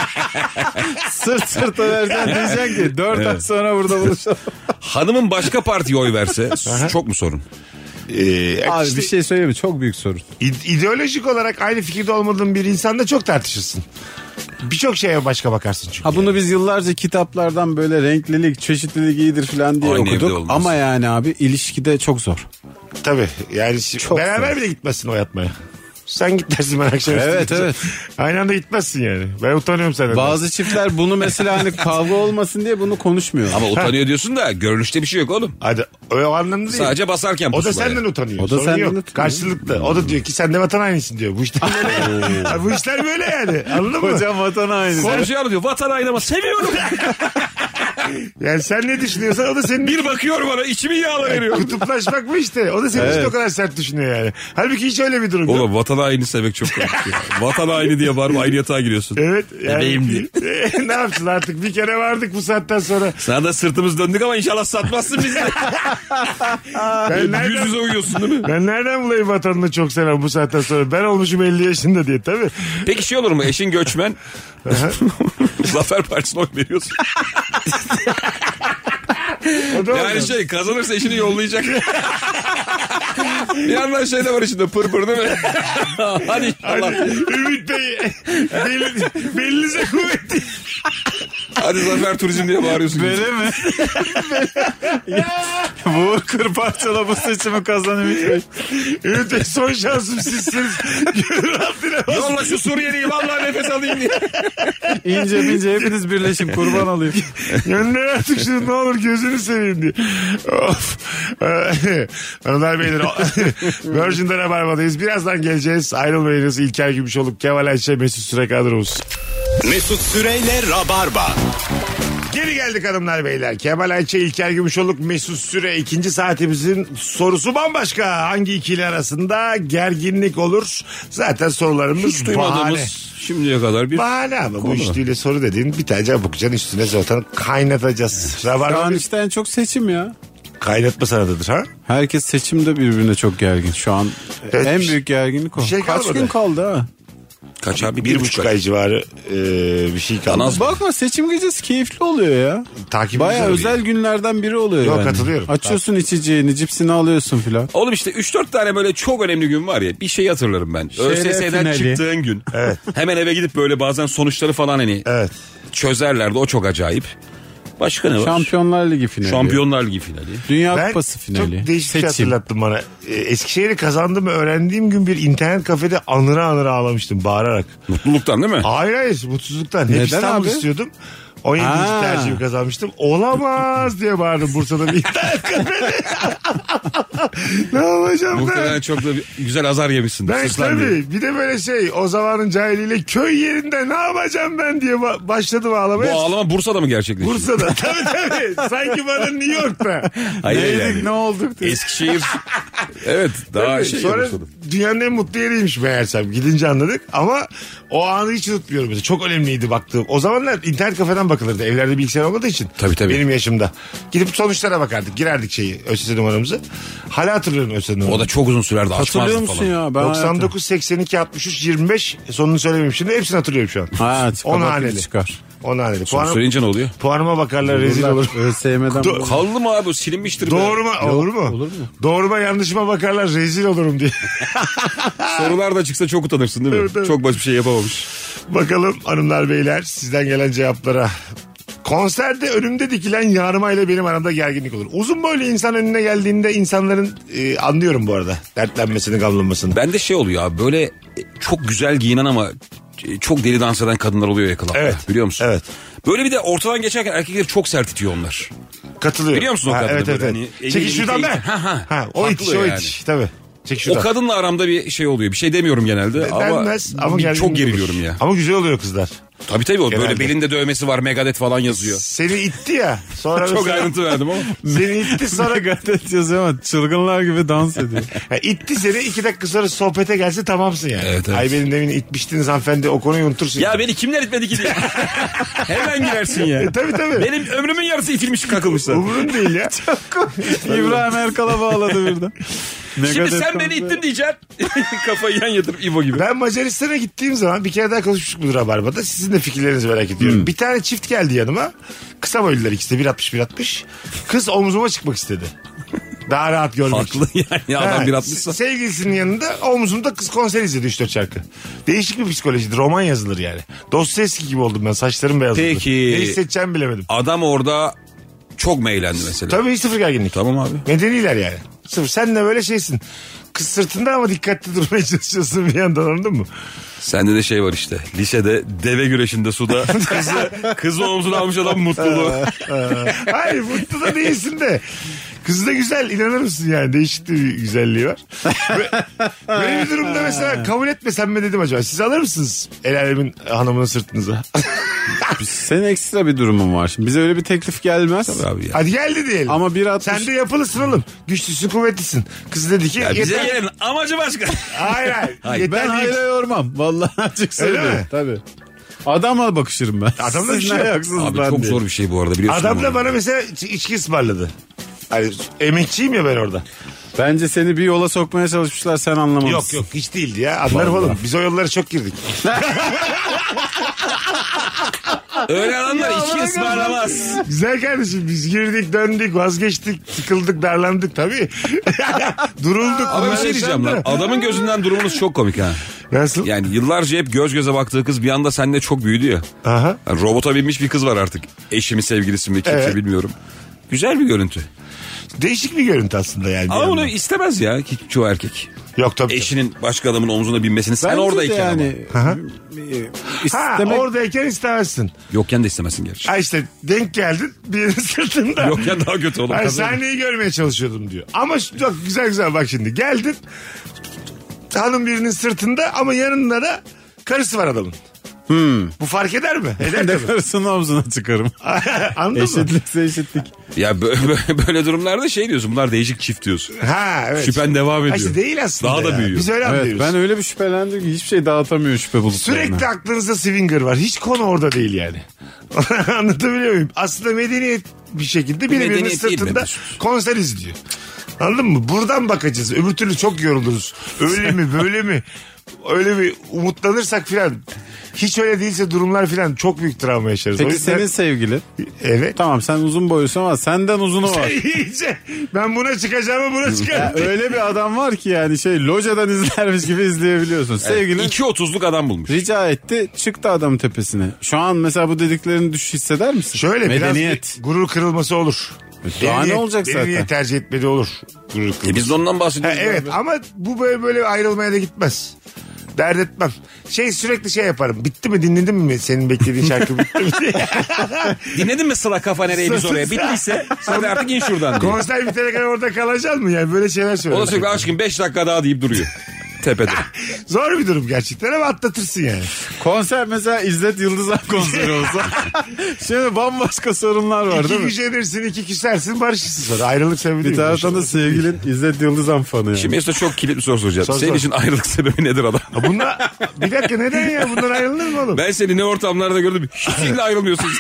sırt sırta vereceksin diyeceksin ki dört ay sonra burada buluşalım.
Hanımın başka partiye oy verse çok mu sorun?
Ee,
Abi
işte
bir şey söyleyeyim mi? Çok büyük sorun.
ide- ideolojik olarak aynı fikirde olmadığın bir insanla çok tartışırsın. Birçok şeye başka bakarsın çünkü.
Ha bunu biz yıllarca kitaplardan böyle renklilik, çeşitlilik iyidir falan diye
Aynı evde
okuduk.
olmaz.
Ama yani abi ilişkide çok zor.
Tabii yani şi-
Çok
beraber
zor.
bile gitmezsin o yatmaya. Sen git dersin ben akşam üstü
Evet,
gideceğim.
evet.
Aynı anda gitmezsin yani. Ben utanıyorum senden.
Bazı çiftler bunu mesela hani kavga olmasın diye bunu konuşmuyor.
Ama utanıyor diyorsun da görünüşte bir şey yok oğlum.
Hadi o anlamda değil.
Sadece basarken
O da
pusulaya.
senden utanıyor.
O da
Sorun
senden
yok.
utanıyor.
Karşılıklı. O da diyor ki sen de vatan hainisin diyor. Bu işler böyle. Ha, bu işler böyle yani. Anladın mı?
Hocam vatan aynı.
Konuşuyor diyor vatan aynama seviyorum.
Yani sen ne düşünüyorsan o da senin
Bir bakıyor bana içimi yağla veriyor.
kutuplaşmak mı işte? O da senin için
Evet.
o kadar sert düşünüyor yani. Halbuki hiç öyle bir durum yok.
Oğlum vatan haini sevmek çok komik ya. Vatan haini diye bağırma aynı yatağa giriyorsun.
Evet. Yani,
Bebeğim diye.
ne yapsın artık bir kere vardık bu saatten sonra.
Sana da sırtımız döndük ama inşallah satmazsın bizi.
Ben
Yüz
nereden,
yüze uyuyorsun değil mi?
ben nereden bulayım vatanını çok seven bu saatten sonra? Ben olmuşum elli yaşında diye tabii.
Peki şey olur mu eşin göçmen? Zafer Partisi'ne oy veriyorsun.
O da
Yani
olmaz.
şey kazanırsa eşini yollayacak. Bir yandan şey de var içinde pır pır değil mi? Hadi Allah.
Ümit Bey bel, belinize kuvvetli.
Hadi Zafer Turizm diye bağırıyorsun.
Böyle mi? Vur kır parçala bu seçimi kazan Ümit Bey.
Ümit Bey son şansım sizsiniz. Gönül altına basın.
Yolla şu Suriyeli'yi vallahi nefes alayım diye.
İnce ince hepiniz birleşin kurban alayım.
Gönder artık şunu ne olur gözünü seveyim diye. Of. Hanımlar beyler Virgin'de Rabarba'dayız. Birazdan geleceğiz. Ayrılmayınız. İlker Gümüşoluk, Kemal Ayşe, Mesut Süre kadromuz.
Mesut Süreyle Rabarba.
Geri geldik hanımlar beyler. Kemal Ayçe, İlker Gümüşoluk, Mesut Süre. İkinci saatimizin sorusu bambaşka. Hangi ikili arasında gerginlik olur? Zaten sorularımız
Hiç duymadığımız
bahane.
şimdiye kadar bir
Bahane ama
konu.
bu üçlüyle soru dediğin bir tane cevap üstüne zaten kaynatacağız.
Şu an
Rabarba
işte en çok seçim ya.
kaynatma sanatıdır ha?
Herkes seçimde birbirine çok gergin. Şu an
Evet,
en
bir şey-
büyük gerginlik o.
bir şey
Kaç
kalmadı.
gün kaldı ha?
Kaç abi?
Bir, buçuk ay civarı e, bir şey kaldı.
Anaz-
Bakma seçim gecesi keyifli oluyor ya.
Takip
Baya
ediyorum.
özel günlerden biri oluyor
Yok,
yani.
katılıyorum.
Açıyorsun içeceğini, cipsini alıyorsun filan.
Oğlum işte üç dört tane böyle çok önemli gün var ya. Bir şey hatırlarım ben.
Şeref
ÖSS'den
finali.
çıktığın gün.
Evet.
Hemen eve gidip böyle bazen sonuçları falan hani
Evet.
çözerlerdi. O çok acayip. Başka ne var?
Şampiyonlar Ligi finali.
Şampiyonlar Ligi finali.
Dünya
Ben
Kupası finali.
çok değişik bir şey
Seçim.
hatırlattın bana. Ee, Eskişehir'i kazandığımı öğrendiğim gün bir internet kafede anıra anıra ağlamıştım bağırarak.
Mutluluktan değil mi?
Hayır hayır mutsuzluktan. Hep
Neden
İstanbul
abi?
istiyordum. on yedinci
Ha.
tercihimi kazanmıştım. Olamaz diye bağırdım Bursa'da bir internet kafede. Ne yapacağım ben?
Muhtemelen çok da bir- güzel azar yemişsindir.
Ben
Sıslar diye.
tabii bir de böyle şey o zamanın cahiliyle köy yerinde ne yapacağım ben diye ba- başladım
Bu
ağlamaya.
ağlama Bursa'da mı gerçekleşti?
Bursa'da tabii tabii sanki bana New York'ta.
Hayır,
Neydik
yani.
ne olduk diye.
Eskişehir. Evet daha
Tabii,
şey
sonra
Bursa'da.
dünyanın en mutlu yeriymiş meğersem. Gidince anladık ama o anı hiç unutmuyorum. Mesela. Çok önemliydi baktığım. O zamanlar internet kafeden bakılırdı. Evlerde bilgisayar olmadığı için.
Tabii, tabii.
Benim yaşımda. Gidip sonuçlara bakardık. Girerdik şeyi ÖSS numaramızı. Hala hatırlıyorum ÖSS numaramı.
O da çok uzun sürerdi
Hatırlıyor
açmazdı
musun
falan.
ya? Ben
doksan dokuz, seksen iki, altmış üç, yirmi beş sonunu söylemeyeyim şimdi. Hepsini hatırlıyorum şu an.
Ha,
On
on
haneli.
çıkar.
On haneli.
Sonra
Puanım,
söyleyince ne oluyor?
puanıma bakarlar rezil olur.
ÖSYM'den
Do-
Kaldı mı abi o silinmiştir.
Doğru mu? Olur mu?
olur mu?
Doğruma yanlışıma bakarlar rezil olurum diye.
Sorular da çıksa çok utanırsın değil mi?
Evet, evet.
Çok basit bir şey yapamamış.
Bakalım hanımlar beyler sizden gelen cevaplara. Konserde önümde dikilen yarmayla benim aramda gerginlik olur. Uzun boylu insan önüne geldiğinde insanların e, anlıyorum bu arada dertlenmesini, gavlanmasını.
Bende şey oluyor abi böyle e, çok güzel giyinen ama e, çok deli dans eden kadınlar oluyor yakalanma.
Evet.
Biliyor musun?
Evet.
Böyle bir de ortadan geçerken erkekleri çok sert itiyor onlar.
Katılıyorum.
Biliyor musun o
Ha,
kadını
evet, evet,
böyle
evet.
hani
Çekil
eli-
şuradan
eli-
be.
Ha, ha.
Ha, o
Haklı
itiş o
yani.
itiş tabii. Çekil
O
şuradan.
kadınla aramda bir şey oluyor. Bir şey demiyorum genelde ama,
Denmez ama
bir-
gerginlik
çok
olur.
geriliyorum ya.
Ama güzel oluyor kızlar.
Tabii tabii o
Genelde.
böyle belinde dövmesi var Megadeth falan yazıyor.
Seni itti ya. Sonra
Çok
mesela-
ayrıntı verdim ama.
Seni itti sonra
Megadeth yazıyor ama çılgınlar gibi dans ediyor.
Ha, itti seni iki dakika sonra sohbete gelse tamamsın yani.
Evet, evet.
Ay benim demin itmiştiniz hanımefendi o konuyu unutursun.
Ya beni kimler itmedi ki diye. Hemen girersin ya.
E, tabii tabii.
Benim ömrümün yarısı itilmiş kakılmışlar.
Umurun değil ya.
İbrahim Erkal'a bağladı birden.
Şimdi
Megadeth
sen beni
konseri.
ittin diyeceksin. Kafayı yan yatırıp İbo gibi.
Ben Macaristan'a gittiğim zaman bir kere daha konuşmuştuk bu Rabarba'da. Sizin de fikirlerinizi merak ediyorum. Bir tane çift geldi yanıma. Kısa boylular ikisi de bir altmış bir altmış. Kız omzuma çıkmak istedi. Daha rahat görmek için.
Haklı yani adam
Ha,
bir atmışsa.
Sevgilisinin yanında omzumda kız konser izledi üç dört şarkı. Değişik bir psikolojidir. Roman yazılır yani. Dostoyevski gibi oldum ben. Saçlarım beyazladı.
Peki.
Ne hissedeceğimi bilemedim.
Adam orada çok meylendi mesela.
Tabii hiç sıfır gerginlik.
Tamam abi.
Medeniler yani. Sıfır. Sen de böyle şeysin. Kız sırtında ama dikkatli durmaya çalışıyorsun bir yandan anladın mı?
Sende de şey var işte. Lisede deve güreşinde suda kızı, kızı omzuna almış adam mutluluğu.
Hayır mutlu da değilsin de. Kız da güzel inanır mısın yani değişik bir güzelliği var. Böyle, böyle bir durumda mesela kabul etmesem mi dedim acaba. Siz alır mısınız el alemin hanımını sırtınıza?
Senin ekstra bir durumun var. Şimdi bize öyle bir teklif gelmez.
Abi ya.
Hadi geldi diyelim.
Ama bir altmış
Sen de yapılısın oğlum. Güçlüsün kuvvetlisin. Kız dedi ki
Ya bize
yeter.
gelin amacı başka.
Hayır hayır.
Hayır,
Yeter
Ben
deyip-
hayra yormam. Vallahi açık söylüyorum.
mi?
Tabii. Adamla bakışırım ben.
Adamla
Siz
bir şey
ne
yok.
ayaksınız
Abi
lan
çok
diye.
zor bir şey bu arada biliyorsun.
Adam da
onu.
bana mesela iç- içki ısmarladı. Hani emekçiyim ya ben orada.
Bence seni bir yola sokmaya çalışmışlar sen anlamamışsın.
Yok yok hiç değildi ya. Anlarım oğlum. Biz o yollara çok girdik.
Öyle adamlar iki ısmarlamaz.
Güzel kardeşim, biz girdik döndük vazgeçtik sıkıldık darlandık tabii. Durulduk.
Ama bir şey diyeceğim lan. Adamın gözünden durumunuz çok komik ha.
Nasıl?
Yani yıllarca hep göz göze baktığı kız bir anda seninle çok büyüdü ya.
Aha.
Yani robota binmiş bir kız var artık. Eşi mi sevgilisi mi kimse
Evet.
bilmiyorum. Güzel bir görüntü.
Değişik bir görüntü aslında yani.
Ama bunu istemez ya hiç çoğu erkek.
Yok tabii.
Eşinin başka adamın omzuna binmesini sen
Bence de
oradayken
yani,
Aha.
e,
Ha,
istemek
oradayken istemezsin.
ama. Yokken de istemezsin gerçi.
Ha işte denk geldin birinin sırtında.
Yokken daha kötü oğlum.
Hayır, sahneyi görmeye çalışıyordum diyor. Ama şu- çok güzel güzel bak şimdi. Geldin hanım birinin sırtında ama yanında da karısı var adamın.
Hmm.
Bu fark eder mi? Eder
ben de
tabii.
karısının omzuna çıkarım.
Anladın mı?
Eşitlikse eşitlik.
Ya böyle, böyle durumlarda şey diyorsun bunlar değişik çift diyorsun.
Ha evet.
Şüphen devam
Ha,
ediyor.
işte değil aslında.
Daha da
ya.
büyüyor.
Biz öyle
Evet,
anlıyoruz.
ben öyle bir şüphelendim ki hiçbir şey dağıtamıyor şüphe bulutlarına.
Sürekli aklınızda swinger var. Hiç konu orada değil yani. Anlatabiliyor muyum? Aslında medeniyet bir şekilde biri birinin
Medeniyet değil
sırtında
Mesut.
konser izliyor. Anladın mı? Buradan bakacağız. Öbür türlü çok yoruluruz. Öyle mi böyle mi? Öyle bir umutlanırsak filan. Hiç öyle değilse durumlar filan çok büyük travma yaşarız. O
Peki
yüzden-
senin sevgilin?
Evet.
Tamam sen uzun boylusun ama senden uzunu var.
İyice. Ben buna çıkacağım buna
Ya
çıkarım.
öyle bir adam var ki yani şey locadan izlermiş gibi izleyebiliyorsun. Sevgilin
İki otuzluk adam bulmuş.
rica etti çıktı adamın tepesine. Şu an mesela bu dediklerini düş hisseder misin?
Şöyle
Medeniyet.
biraz bir gurur kırılması olur.
Daha
Beni
ne
niye-
olacak
beni
zaten?
niye tercih etmedi olur. Gurur kırılması.
E biz de ondan
Ha,
bahsediyoruz.
evet
abi.
ama bu böyle böyle ayrılmaya da gitmez. Dert etmem. Şey sürekli şey yaparım. Bitti mi dinledin mi senin beklediğin şarkı bitti mi diye.
Dinledin mi sıla kafa nereye biz oraya? Bittiyse hadi artık in şuradan diye.
Konser bitene kadar orada kalacaksın mı? Yani böyle şeyler
O
söylüyor.
da sürekli aşkım beş dakika daha deyip duruyor. Tepede.
Zor bir durum gerçekten ama atlatırsın yani.
Konser mesela İzzet Yıldızhan konseri olsa. Şimdi bambaşka sorunlar var
İki
değil mi?
gücenirsin, iki küsersin, barışırsın sonra. Ayrılık sebebi
Bir
değil.
taraftan da sevgilin İzzet Yıldızhan fanı yani.
Şimdi Mesut'a çok kilit bir soru soracağım.
Sor,
Senin
sor.
için ayrılık sebebi nedir adam?
Ha bunlar, bir dakika neden ya? Bundan ayrılır mı oğlum? Ben,
Ben seni ne ortamlarda gördüm. Hiçbirle ayrılmıyorsun.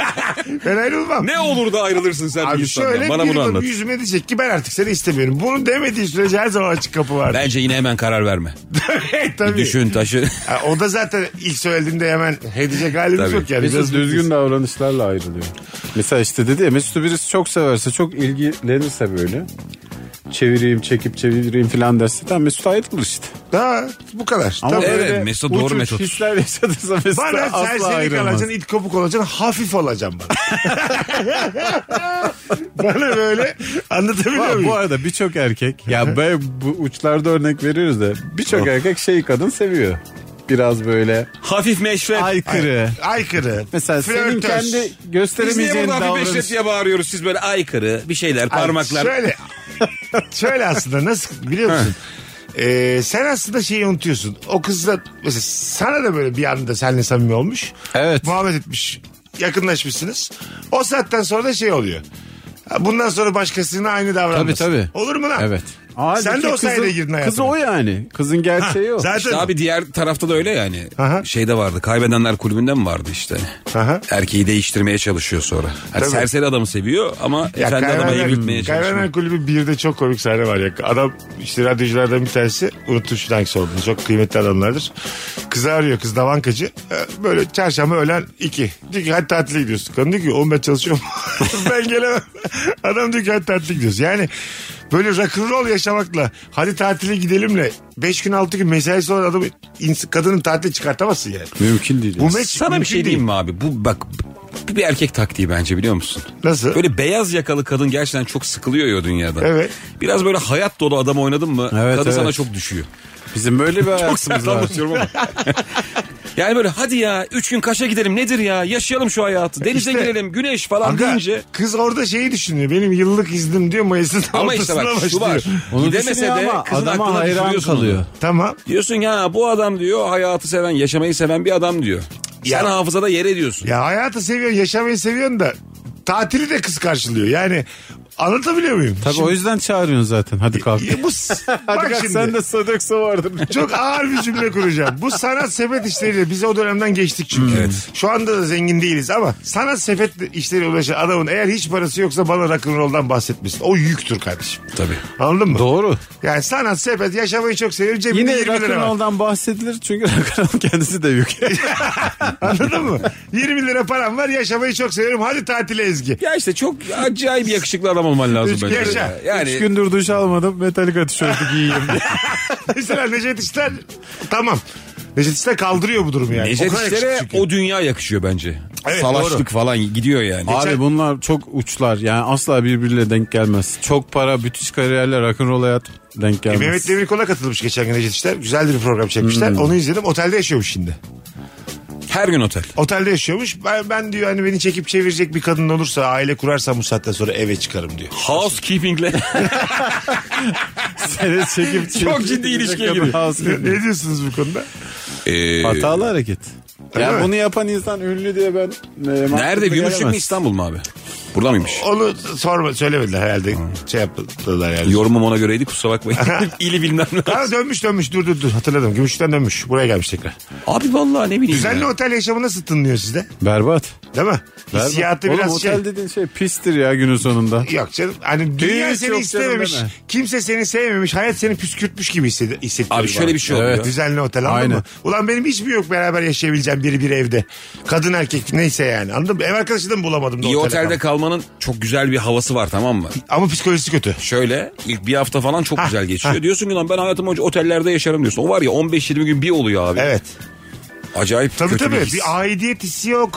ayrılmam.
Ne olur da ayrılırsın sen bir
Abi
insandan?
şöyle
Bana
bir
bunu
yıl
anlat.
yüzüme diyecek ki ben artık seni istemiyorum. Bunu demediği sürece her zaman açık kapı var.
Bence yine hemen karar verme.
Tabii.
Düşün taşı.
Ha, o da zaten ilk söylediğinde hemen edecek halimiz
Tabii.
yok yani.
Mesut
Biraz
düzgün davranışlarla ayrılıyor. Mesela işte dedi ya Mesut'u birisi çok severse çok ilgilenirse böyle çevireyim çekip çevireyim falan derse tamam Mesut ayrılır işte.
Daha bu kadar.
Ama
Tabii.
Evet,
böyle
Mesut
uç
doğru
uç
metot.
hisler yaşatırsa Mesut
Bana
asla
serseri
ayrılmaz.
kalacaksın, it kopuk olacaksın, hafif olacaksın bana. Bana böyle anlatabiliyor
Var,
muyum?
bu arada birçok erkek ya böyle bu uçlarda örnek veriyoruz da birçok erkek şey kadın seviyor. Biraz böyle
Hafif meşrep.
aykırı.
Aykırı.
Mesela senin
flörtöz.
kendi
Biz niye
gösteremeyeceğin
burada hafif meşrep
davranış.
diye bağırıyoruz? Siz böyle aykırı bir şeyler
Ay,
parmaklar.
Şöyle, şöyle aslında nasıl biliyor musun? Ee, sen aslında şeyi unutuyorsun. O kızla mesela sana da böyle bir anda seninle samimi olmuş.
Evet.
Muhabbet etmiş. Yakınlaşmışsınız. O saatten sonra da şey oluyor. Ha, bundan sonra başkasına aynı davranmasın.
Tabii, tabii.
Olur mu lan?
Evet. Halbuki
Sen de o
kızın-
sayede girdin hayatına.
Kızı o yani. Kızın gerçeği o.
Zaten
İşte abi diğer tarafta da öyle yani.
Aha.
Şeyde vardı. Kaybedenler kulübünde mi vardı işte?
Aha.
Erkeği değiştirmeye çalışıyor sonra. Yani
Tabii.
serseri adamı seviyor ama efendi adama evrilmeye çalışıyor.
Kaybedenler Kulübü birde çok komik sahne var ya. Adam işte radyoculardan bir tanesi, unuttum şimdi hangisi olduğunu, çok kıymetli adamlardır. Kızı arıyor, kız da bankacı. Ee, Böyle çarşamba öğlen iki. Diyor ki hadi tatile gidiyorsun. Kadın diyor ki oğlum ben çalışıyorum. Ben gelemem. Adam diyor ki hadi tatile gidiyoruz. Yani böyle rock'n'roll yaşamakla hadi tatile gidelimle beş gün altı gün mesaisi olan adamı ins- kadının tatile çıkartamazsın yani.
Mümkün değil.
Bu meç
Sana bir
mümkün
şey
değil.
diyeyim mi abi? Bu bak bir, bir erkek taktiği bence biliyor musun?
Nasıl?
Böyle beyaz yakalı kadın gerçekten çok sıkılıyor ya o dünyada.
Evet.
Biraz böyle hayat dolu adam oynadın mı
Evet,
kadın
evet.
sana çok düşüyor.
Bizim böyle bir
Çok
hayatımız
sert
var.
anlatıyorum ama. Yani böyle hadi ya üç gün Kaş'a gidelim nedir ya yaşayalım şu hayatı denize
İşte-
girelim güneş falan
Aga,
deyince.
kız orada şeyi düşünüyor. Benim yıllık iznim diyor Mayıs'ın
Ama işte
ortasına
bak şu var.
başlıyor.
Onu
Gidemese
düşünüyor
de
ama
kızın
adama
aklına
hayran
düşürüyorsun
kalıyor.
onu.
Tamam.
Diyorsun ya bu adam diyor hayatı seven yaşamayı seven bir adam diyor. Sen
Ya-
hafızada yer ediyorsun.
Ya hayatı seviyorsun, yaşamayı seviyorsun da tatili de kız karşılıyor. Yani Anlatabiliyor muyum?
Tabii
Şimdi-
o yüzden çağırıyorsun zaten. Hadi kalk.
Ya bu,
Hadi
bak
kalk
şimdi.
sen de Sodexo vardır.
Çok ağır bir cümle kuracağım. Bu sanat sepet işleriyle biz o dönemden geçtik çünkü. Evet. Şu anda da zengin değiliz ama sanat sepet işleriyle uğraşan adamın eğer hiç parası yoksa bana rock'n'roll'dan bahsetmesin. O yüktür kardeşim.
Tabii.
Anladın mı?
Doğru.
Yani sanat sepet yaşamayı çok seviyorum. Cebimde
Yine
yirmi lira var.
rock'n'roll'dan bahsedilir çünkü rock'n'roll kendisi de yük.
Anladın mı? yirmi lira param var, yaşamayı çok seviyorum. Hadi tatile Ezgi.
Ya işte çok acayip yakışıklı adam olman lazım
Üç
bence.
yaşa.
Yani
Üç gündür duş almadım, Metallica tişörtü giyeyim diye.
Mesela Necdet İşler tamam. Necdet İşler kaldırıyor bu durumu yani.
Necdet
O kadar
İşler'e
yakışıklı çünkü.
o dünya yakışıyor bence.
Evet,
Salaşlık
doğru.
falan gidiyor yani.
Abi bunlar çok uçlar. Yani asla birbiriyle denk gelmez. Çok para, müthiş kariyerler, rock'n'roll hayat denk
E,
gelmez.
Mehmet Demirkol'a katılmış geçen gün Necdet İşler. Güzel bir program çekmişler.
Hmm.
Onu izledim. Otelde yaşıyormuş şimdi.
Her gün otel.
Otelde yaşıyormuş. Ben, ben diyor hani beni çekip çevirecek bir kadın olursa, aile kurarsam bu saatten sonra eve çıkarım diyor.
Housekeeping'le.
Seni çekip
Çok ciddi ilişkiye giriyor.
Ne diyorsunuz bu konuda?
Ee,
Hatalı hareket.
Öyle
Ya
mi?
bunu yapan insan ünlü diye ben... E,
nerede? Gümüşlük mü İstanbul mu abi? Burada mıymış?
Onu sorma, söylemediler herhalde. Şey yaptılar yani.
Yorumum ona göreydi, kusura bakmayın. İli bilmem
Ha,
lazım.
dönmüş dönmüş dur dur dur hatırladım. Gümüşten dönmüş. Buraya gelmiş tekrar.
Abi vallahi ne bileyim
Düzenli
ya.
otel yaşamı nasıl tınlıyor sizde?
Berbat.
Değil mi?
Berbat.
Hissiyatı
Oğlum
biraz
otel
şey.
dediğin şey pistir ya günün sonunda.
Yok canım. Hani dünya
Hiç
seni
yok
istememiş.
canım deme.
Kimse seni sevmemiş. Hayat seni püskürtmüş gibi hissedi- hissettiriyor.
Abi şöyle
bana.
bir şey oluyor.
Evet.
Düzenli otel anladın
Aynen.
mı? Ulan benim hiç mi yok beraber yaşayabileceğim biri bir evde? Kadın erkek neyse yani anladın mı? Ev arkadaşı da mı bulamadım da
İyi
otele
otelde
kaldım.
kalmanın çok güzel bir havası var, tamam mı?
Ama psikolojisi kötü.
Şöyle ilk bir hafta falan çok
Ha,
güzel geçiyor.
ha.
Diyorsun ki lan ben hayatım boyunca otellerde yaşarım diyorsun. O var ya on beş yirmi gün bir oluyor abi.
Evet.
Acayip
Tabii
kötü
tabii.
bir
Bir,
his.
aidiyet hissi yok.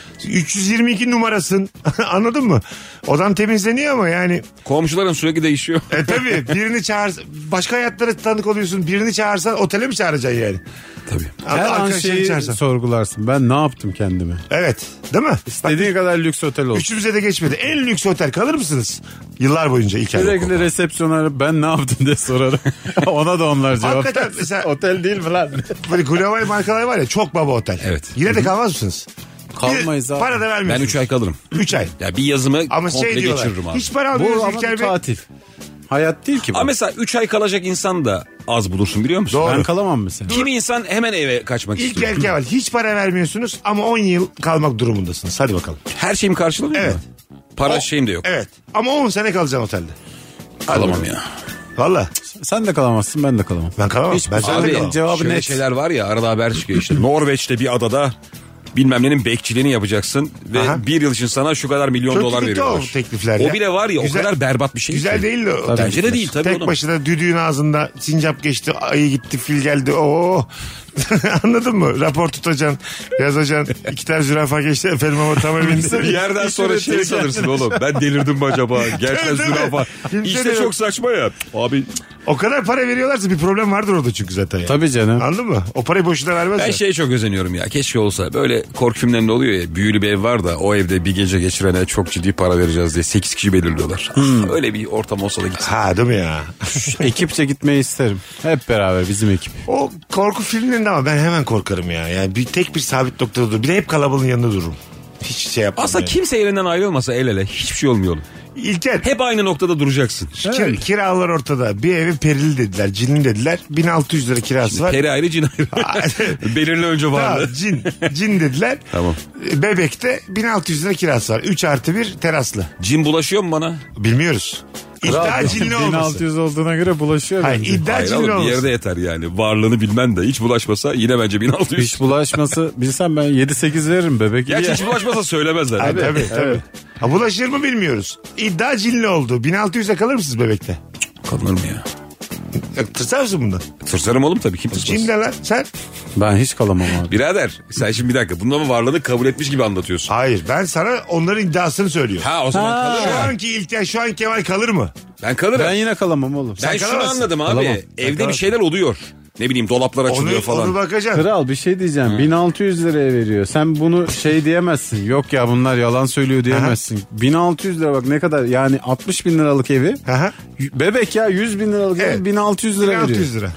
üç yüz yirmi iki numarasın. Anladın mı? Odan temizleniyor ama yani.
Komşuların sürekli değişiyor.
E tabii birini çağır. Başka hayatlara tanık oluyorsun. Birini çağırsan otele mi çağıracaksın yani?
Tabii.
Her an
Arkadaşlarını
şeyi
çağırsan.
sorgularsın. Ben ne yaptım kendime?
Evet. Değil mi?
İstediğin kadar lüks otel olsun.
Üçümüze de geçmedi. En lüks otel kalır mısınız? Yıllar boyunca ilk ay.
Sürekli resepsiyona arayıp ben ne yaptım diye sorarım. Ona da onlar cevap
Hakikaten
versin.
mesela-
Otel değil mi lan?
Böyle global markalar var ya çok baba otel.
Evet.
Yine de kalmaz mısınız?
Kalmayız abi.
Para da
Ben
vermiyorsunuz.
üç ay kalırım.
üç ay.
Ya bir yazımı
Ama
komple
şey diyorlar.
geçiririm abi.
Hiç para
Bu
almıyoruz
ama
İlker
bu
Bey.
tatil. Hayat değil ki bu.
Ama mesela üç ay kalacak insan da az bulursun biliyor musun?
Doğru.
Ben kalamam mesela.
Kimi insan hemen eve kaçmak
İlk
istiyor.
erkeğe var. Hiç para vermiyorsunuz ama on yıl kalmak durumundasınız. Hadi bakalım.
Her şeyim karşılanıyor
Evet.
mu? Para
O-
şeyim de yok.
Evet. Ama on sene kalacaksın otelde.
Kalamam ya.
Valla.
Sen de kalamazsın, ben de kalamam.
Ben kalamam.
Hiç
ben
bu
sen de
Abi
kalamam.
cevabı
şöyle
net.
şeyler var ya, arada haber çıkıyor işte. Norveç'te bir adada bilmem nenin bekçiliğini yapacaksın ve
Aha.
bir yıl için sana şu kadar milyon
Çok
dolar
kötü
veriyorlar.
o teklifler
O
ya.
bile var ya
Güzel-
o kadar berbat bir şey
Güzel
ki.
değil de o.
Bence de
teklifler.
değil tabii
Tek
oğlum.
başına düdüğün ağzında sincap geçti, ayı gitti, fil geldi. Oo. Anladın mı? Rapor tutacaksın, yazacaksın. İki tane zürafa geçti efendim ama tam evinde.
Bir yerden sonra şey sanırsın oğlum. Ben delirdim mi acaba? Gerçekten
Değil mi?
zürafa.
Kimse de
İşte
yok.
çok saçma ya. Abi
O kadar para veriyorlarsa bir problem vardır orada çünkü zaten. Yani.
Tabii canım.
Anladın mı? O parayı boşuna vermezler.
ben şeye çok özeniyorum ya. Keşke olsa. Böyle korku filmlerinde oluyor ya. Büyülü bir ev var da o evde bir gece geçirene çok ciddi para vereceğiz diye sekiz kişi belirliyorlar. Ah, öyle bir ortam olsa da gitsin.
Ha değil mi ya?
Ekipçe gitmeyi isterim. Hep beraber bizim ekip.
O korku filmlerinde ama ben hemen korkarım ya. Yani bir tek bir sabit noktada dur. Bir de hep kalabalığın yanında dururum. Hiç şey yapmam.
Aslında
yani.
kimse yerinden ayrılmasa el ele hiçbir şey olmuyor oğlum.
İlker.
Hep aynı noktada duracaksın.
Kir, kiralar ortada. Bir evi perili dediler. Cinli dediler. bin altı yüz lira kirası var.
Peri ayrı, cin ayrı. Belirli önce vardı.
Tamam, cin. Cin dediler.
Tamam.
Bebekte bin altı yüz lira kirası var. üç artı bir teraslı.
Cin bulaşıyor mu bana?
Bilmiyoruz. İddia cinli
bin
olması.
altı yüz olduğuna göre bulaşıyor
Hayır,
bence.
iddia
Hayır
cinli
oğlum, bir
olması.
yerde yeter yani. Varlığını bilmen de hiç bulaşmasa yine bence bin altı yüz.
Hiç bulaşması bilsem ben yedi sekiz veririm bebek.
Gerçi
İyi.
hiç bulaşmasa söylemezler.
Tabii tabii. tabii. Ha, bulaşır mı bilmiyoruz. İddia cinli oldu. bin altı yüze kalır mısınız bebekte?
Kalınır mı ya?
Ya, tırsar mısın bundan?
Tırsarım oğlum tabii, kim
Cin
tırsmaz.
ne lan? Sen?
Ben hiç kalamam abi.
Birader sen şimdi bir dakika bunun ama varlığını kabul etmiş gibi anlatıyorsun.
Hayır. Ben sana onların iddiasını söylüyorum.
Ha o zaman kalır
Şu
ya.
anki İlker, şu an Kemal kalır mı?
Ben kalırım.
Ben
Ben,
yine kalamam oğlum.
Sen
şunu
kalamazsın.
anladım abi.
Kalamam.
Evde bir şeyler oluyor. Ne bileyim dolaplar açılıyor
Onu,
falan.
onu bakacaksın.
Kral bir şey diyeceğim. bin altı yüz liraya veriyor. Sen bunu şey diyemezsin. Yok ya bunlar yalan söylüyor diyemezsin. bin altı yüz lira bak ne kadar yani altmış bin liralık evi.
Aha.
Bebek ya yüz bin liralık
Evet.
evi bin altı yüz lira
bin altı
veriyor.
yüz lira.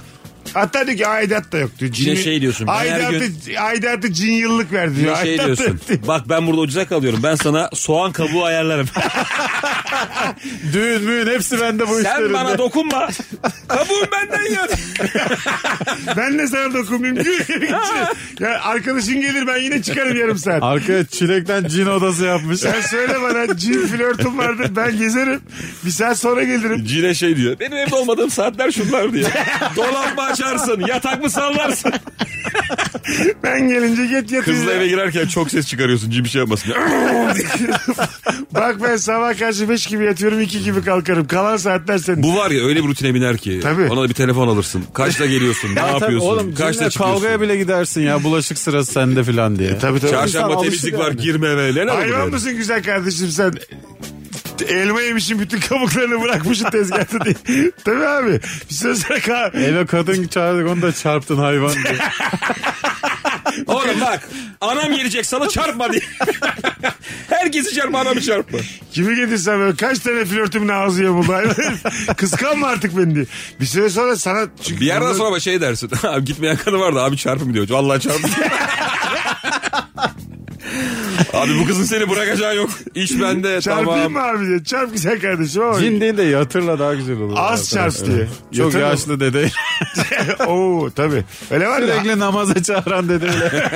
Hatta diyor ki aidat da yok diyor.
Yine şey diyorsun, ben her
Aidatı,
gün-
aidatı cin yıllık ver diyor.
Bir şey
Aidat
diyorsun.
yok diyor.
Bak ben burada ucuza kalıyorum. Ben sana soğan kabuğu ayarlarım.
Düğün müğün hepsi bende bu işlerin.
Sen bana dokunma. Kabuğun benden ya.
Ben de sana dokunmayayım. Ya arkadaşın gelir ben yine çıkarım yarım saat.
Arkaya çilekten cin odası yapmış.
Sen söyle bana cin flörtüm vardır ben gezerim. Bir saat sonra gelirim.
Cine şey diyor. Benim evde olmadığım saatler şunlar diyor. Dolap mı açarsın? Yatak mı sallarsın?
Ben gelince get yatıyor.
Kızla eve girerken çok ses çıkarıyorsun. Cin bir şey yapmasın.
Bak ben sabah karşı beş gibi yatıyorum iki gibi kalkarım. Kalan saatler senin.
Bu var ya öyle bir rutine biner ki.
Tabii.
Ona da bir telefon alırsın. Kaçta geliyorsun? Ne
Ya tabii
yapıyorsun?
oğlum
Kaçta
cinle
çıkıyorsun?
kavgaya bile gidersin ya bulaşık sırası sende filan diye.
Tabii tabii.
Çarşamba
İnsan
temizlik
alışır
var
yani.
girme eve. Ne ne olur
Hayvan
yani?
mısın güzel kardeşim sen? Elma yemişsin bütün kabuklarını bırakmışsın tezgahta diye. Tabii abi. Bir söz kal.
Eve kadın çağırdık onu da çarptın hayvan diye.
Oğlum bak anam gelecek sana çarpma diye. Herkesi çarpma anamı çarpma.
Kimi getirsen böyle kaç tane flörtümün ağzı yamuldu. Hayvan. Kıskanma artık beni diye. Bir süre sonra sana... Çünkü
Bir yerden
bunlar-
sonra şey dersin. Abi gitmeyen kadın vardı abi çarpım diyor. Vallahi çarpım. Abi bu kızın seni bırakacağı yok. İş bende
Çarpayım
tamam.
mı abi diye. Çarp güzel kardeşim ama.
Cin değil de yatırla daha güzel olur.
Az çarp diye.
Çok
Yatır-
yaşlı dede.
Oo tabii. Öyle var ya.
Sürekli namaza çağıran dedeyle.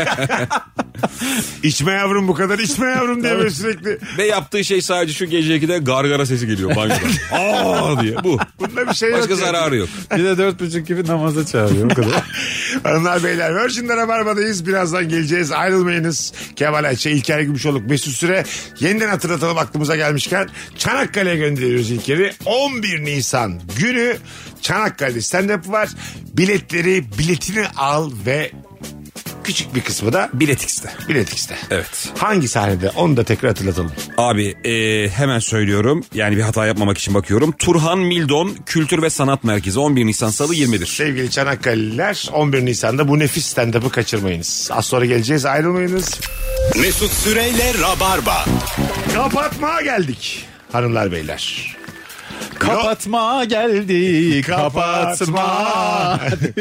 İçme yavrum bu kadar içme yavrum diye böyle sürekli.
Ve yaptığı şey sadece şu gece ikide gargara sesi geliyor banyodan. Aa diye bu.
Bunda bir şey yok.
Başka
yani.
zararı yok.
Bir de dört buçuk gibi namaza çağırıyor o kadar.
Hanımlar beyler Virgin'de Rabarba'dayız. Birazdan geleceğiz. Ayrılmayınız. Kemal Ayça, İlker Gümüşoluk, Mesut Süre. Yeniden hatırlatalım aklımıza gelmişken. Çanakkale'ye gönderiyoruz İlker'i. on bir Nisan günü Çanakkale'de stand-up var. Biletleri biletini al ve küçük bir kısmı da
Bilet X'te.
Bilet X'te.
Evet.
Hangi sahnede? Onu da tekrar hatırlatalım.
Abi e, hemen söylüyorum. Yani bir hata yapmamak için bakıyorum. Turhan Mildon Kültür ve Sanat Merkezi on bir Nisan Salı yirmi bir.
Sevgili Çanakkale'liler on bir Nisan'da bu nefis stand-up'ı kaçırmayınız. Az sonra geleceğiz, ayrılmayınız.
Mesut Süreyle Rabarba.
Kapatmaya geldik hanımlar beyler.
Kapatma geldi kapatma.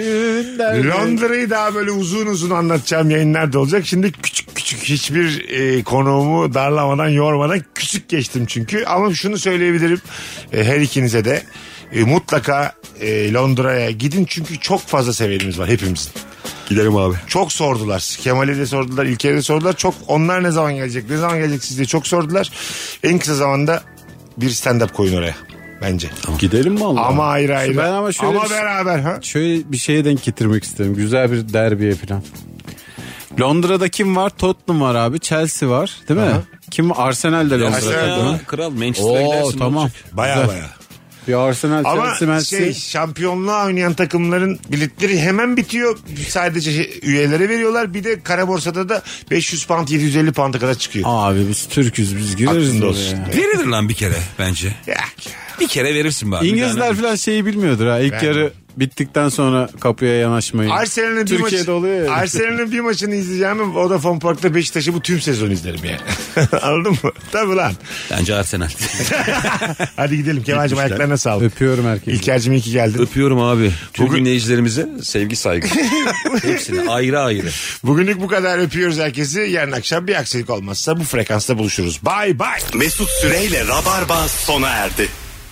Londra'yı daha böyle uzun uzun anlatacağım yayınlar da olacak. Şimdi küçük küçük hiçbir e, konuğumu darlamadan yormadan küçük geçtim çünkü. Ama şunu söyleyebilirim e, her ikinize de e, mutlaka e, Londra'ya gidin çünkü çok fazla sevenimiz var hepimizin.
Gidelim abi.
Çok sordular. Kemal'e de sordular, İlker'e de sordular. Çok onlar ne zaman gelecek, ne zaman gelecek siz diye çok sordular. En kısa zamanda bir stand-up koyun oraya bence.
Gidelim mi Allah?
Ama ayrı ayrı.
Ben ama şöyle
ama
bir şey-
beraber ha.
Şöyle bir şeye denk getirmek isterim. Güzel bir derbiye falan. Londra'da kim var? Tottenham var abi. Chelsea var. Değil mi?
Aha.
Kim var? Arsenal de Londra'da.
Arsenal
değil mi?
Ya, kral Manchester'a
Oo
gidersin.
tamam.
Baya
Güzel.
baya.
Bir Arsenal,
Ama
Chelsea, Chelsea.
şey şampiyonluğa oynayan takımların biletleri hemen bitiyor. Sadece şey, üyelere veriyorlar. Bir de kara borsada da beş yüz pound yedi yüz elli pound'a kadar çıkıyor.
Abi biz Türk'üz biz gireriz
Aklında
oraya.
olsun.
Verilir lan bir kere bence.
Ya,
Bir kere verirsin bari.
İngilizler falan şeyi bilmiyordur ha. İlk
Ben-
yarı bittikten sonra kapıya yanaşmayı.
Arsenal'in bir
Türkiye'de
maçı,
oluyor ya.
Arsenal'in bir maçını izleyeceğim. Vodafone Park'ta Beşiktaş'ı bu tüm sezon izlerim yani. Anladın mı? Tabii lan.
Bence Arsenal.
Hadi gidelim. Kemal'cim ayaklarına sağlık.
Öpüyorum herkesi.
İlker'cim iyi ki geldin.
Öpüyorum abi. Tüm
Bugün-
dinleyicilerimize sevgi saygı. Hepsine ayrı ayrı.
Bugünlük bu kadar öpüyoruz herkesi. Yarın akşam bir aksilik olmazsa bu frekansta buluşuruz. Bye bye.
Mesut Süreyle Rabarba sona erdi.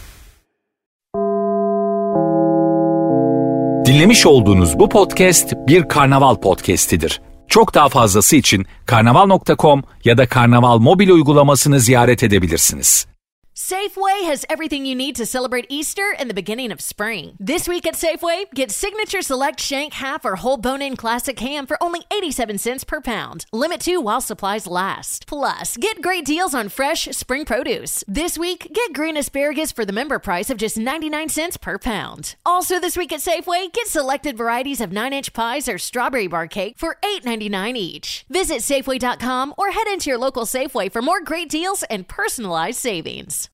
Dinlemiş olduğunuz bu podcast bir karnaval podcastidir. Çok daha fazlası için karnaval nokta com ya da karnaval mobil uygulamasını ziyaret edebilirsiniz.
Safeway has everything you need to celebrate Easter and the beginning of spring. This week at Safeway, get Signature Select Shank Half or Whole Bone-In Classic Ham for only eighty-seven cents per pound. Limit two while supplies last. Plus, get great deals on fresh spring produce. This week, get green asparagus for the member price of just ninety-nine cents per pound. Also this week at Safeway, get selected varieties of nine-inch pies or strawberry bar cake for eight ninety-nine each. Visit Safeway dot com or head into your local Safeway for more great deals and personalized savings.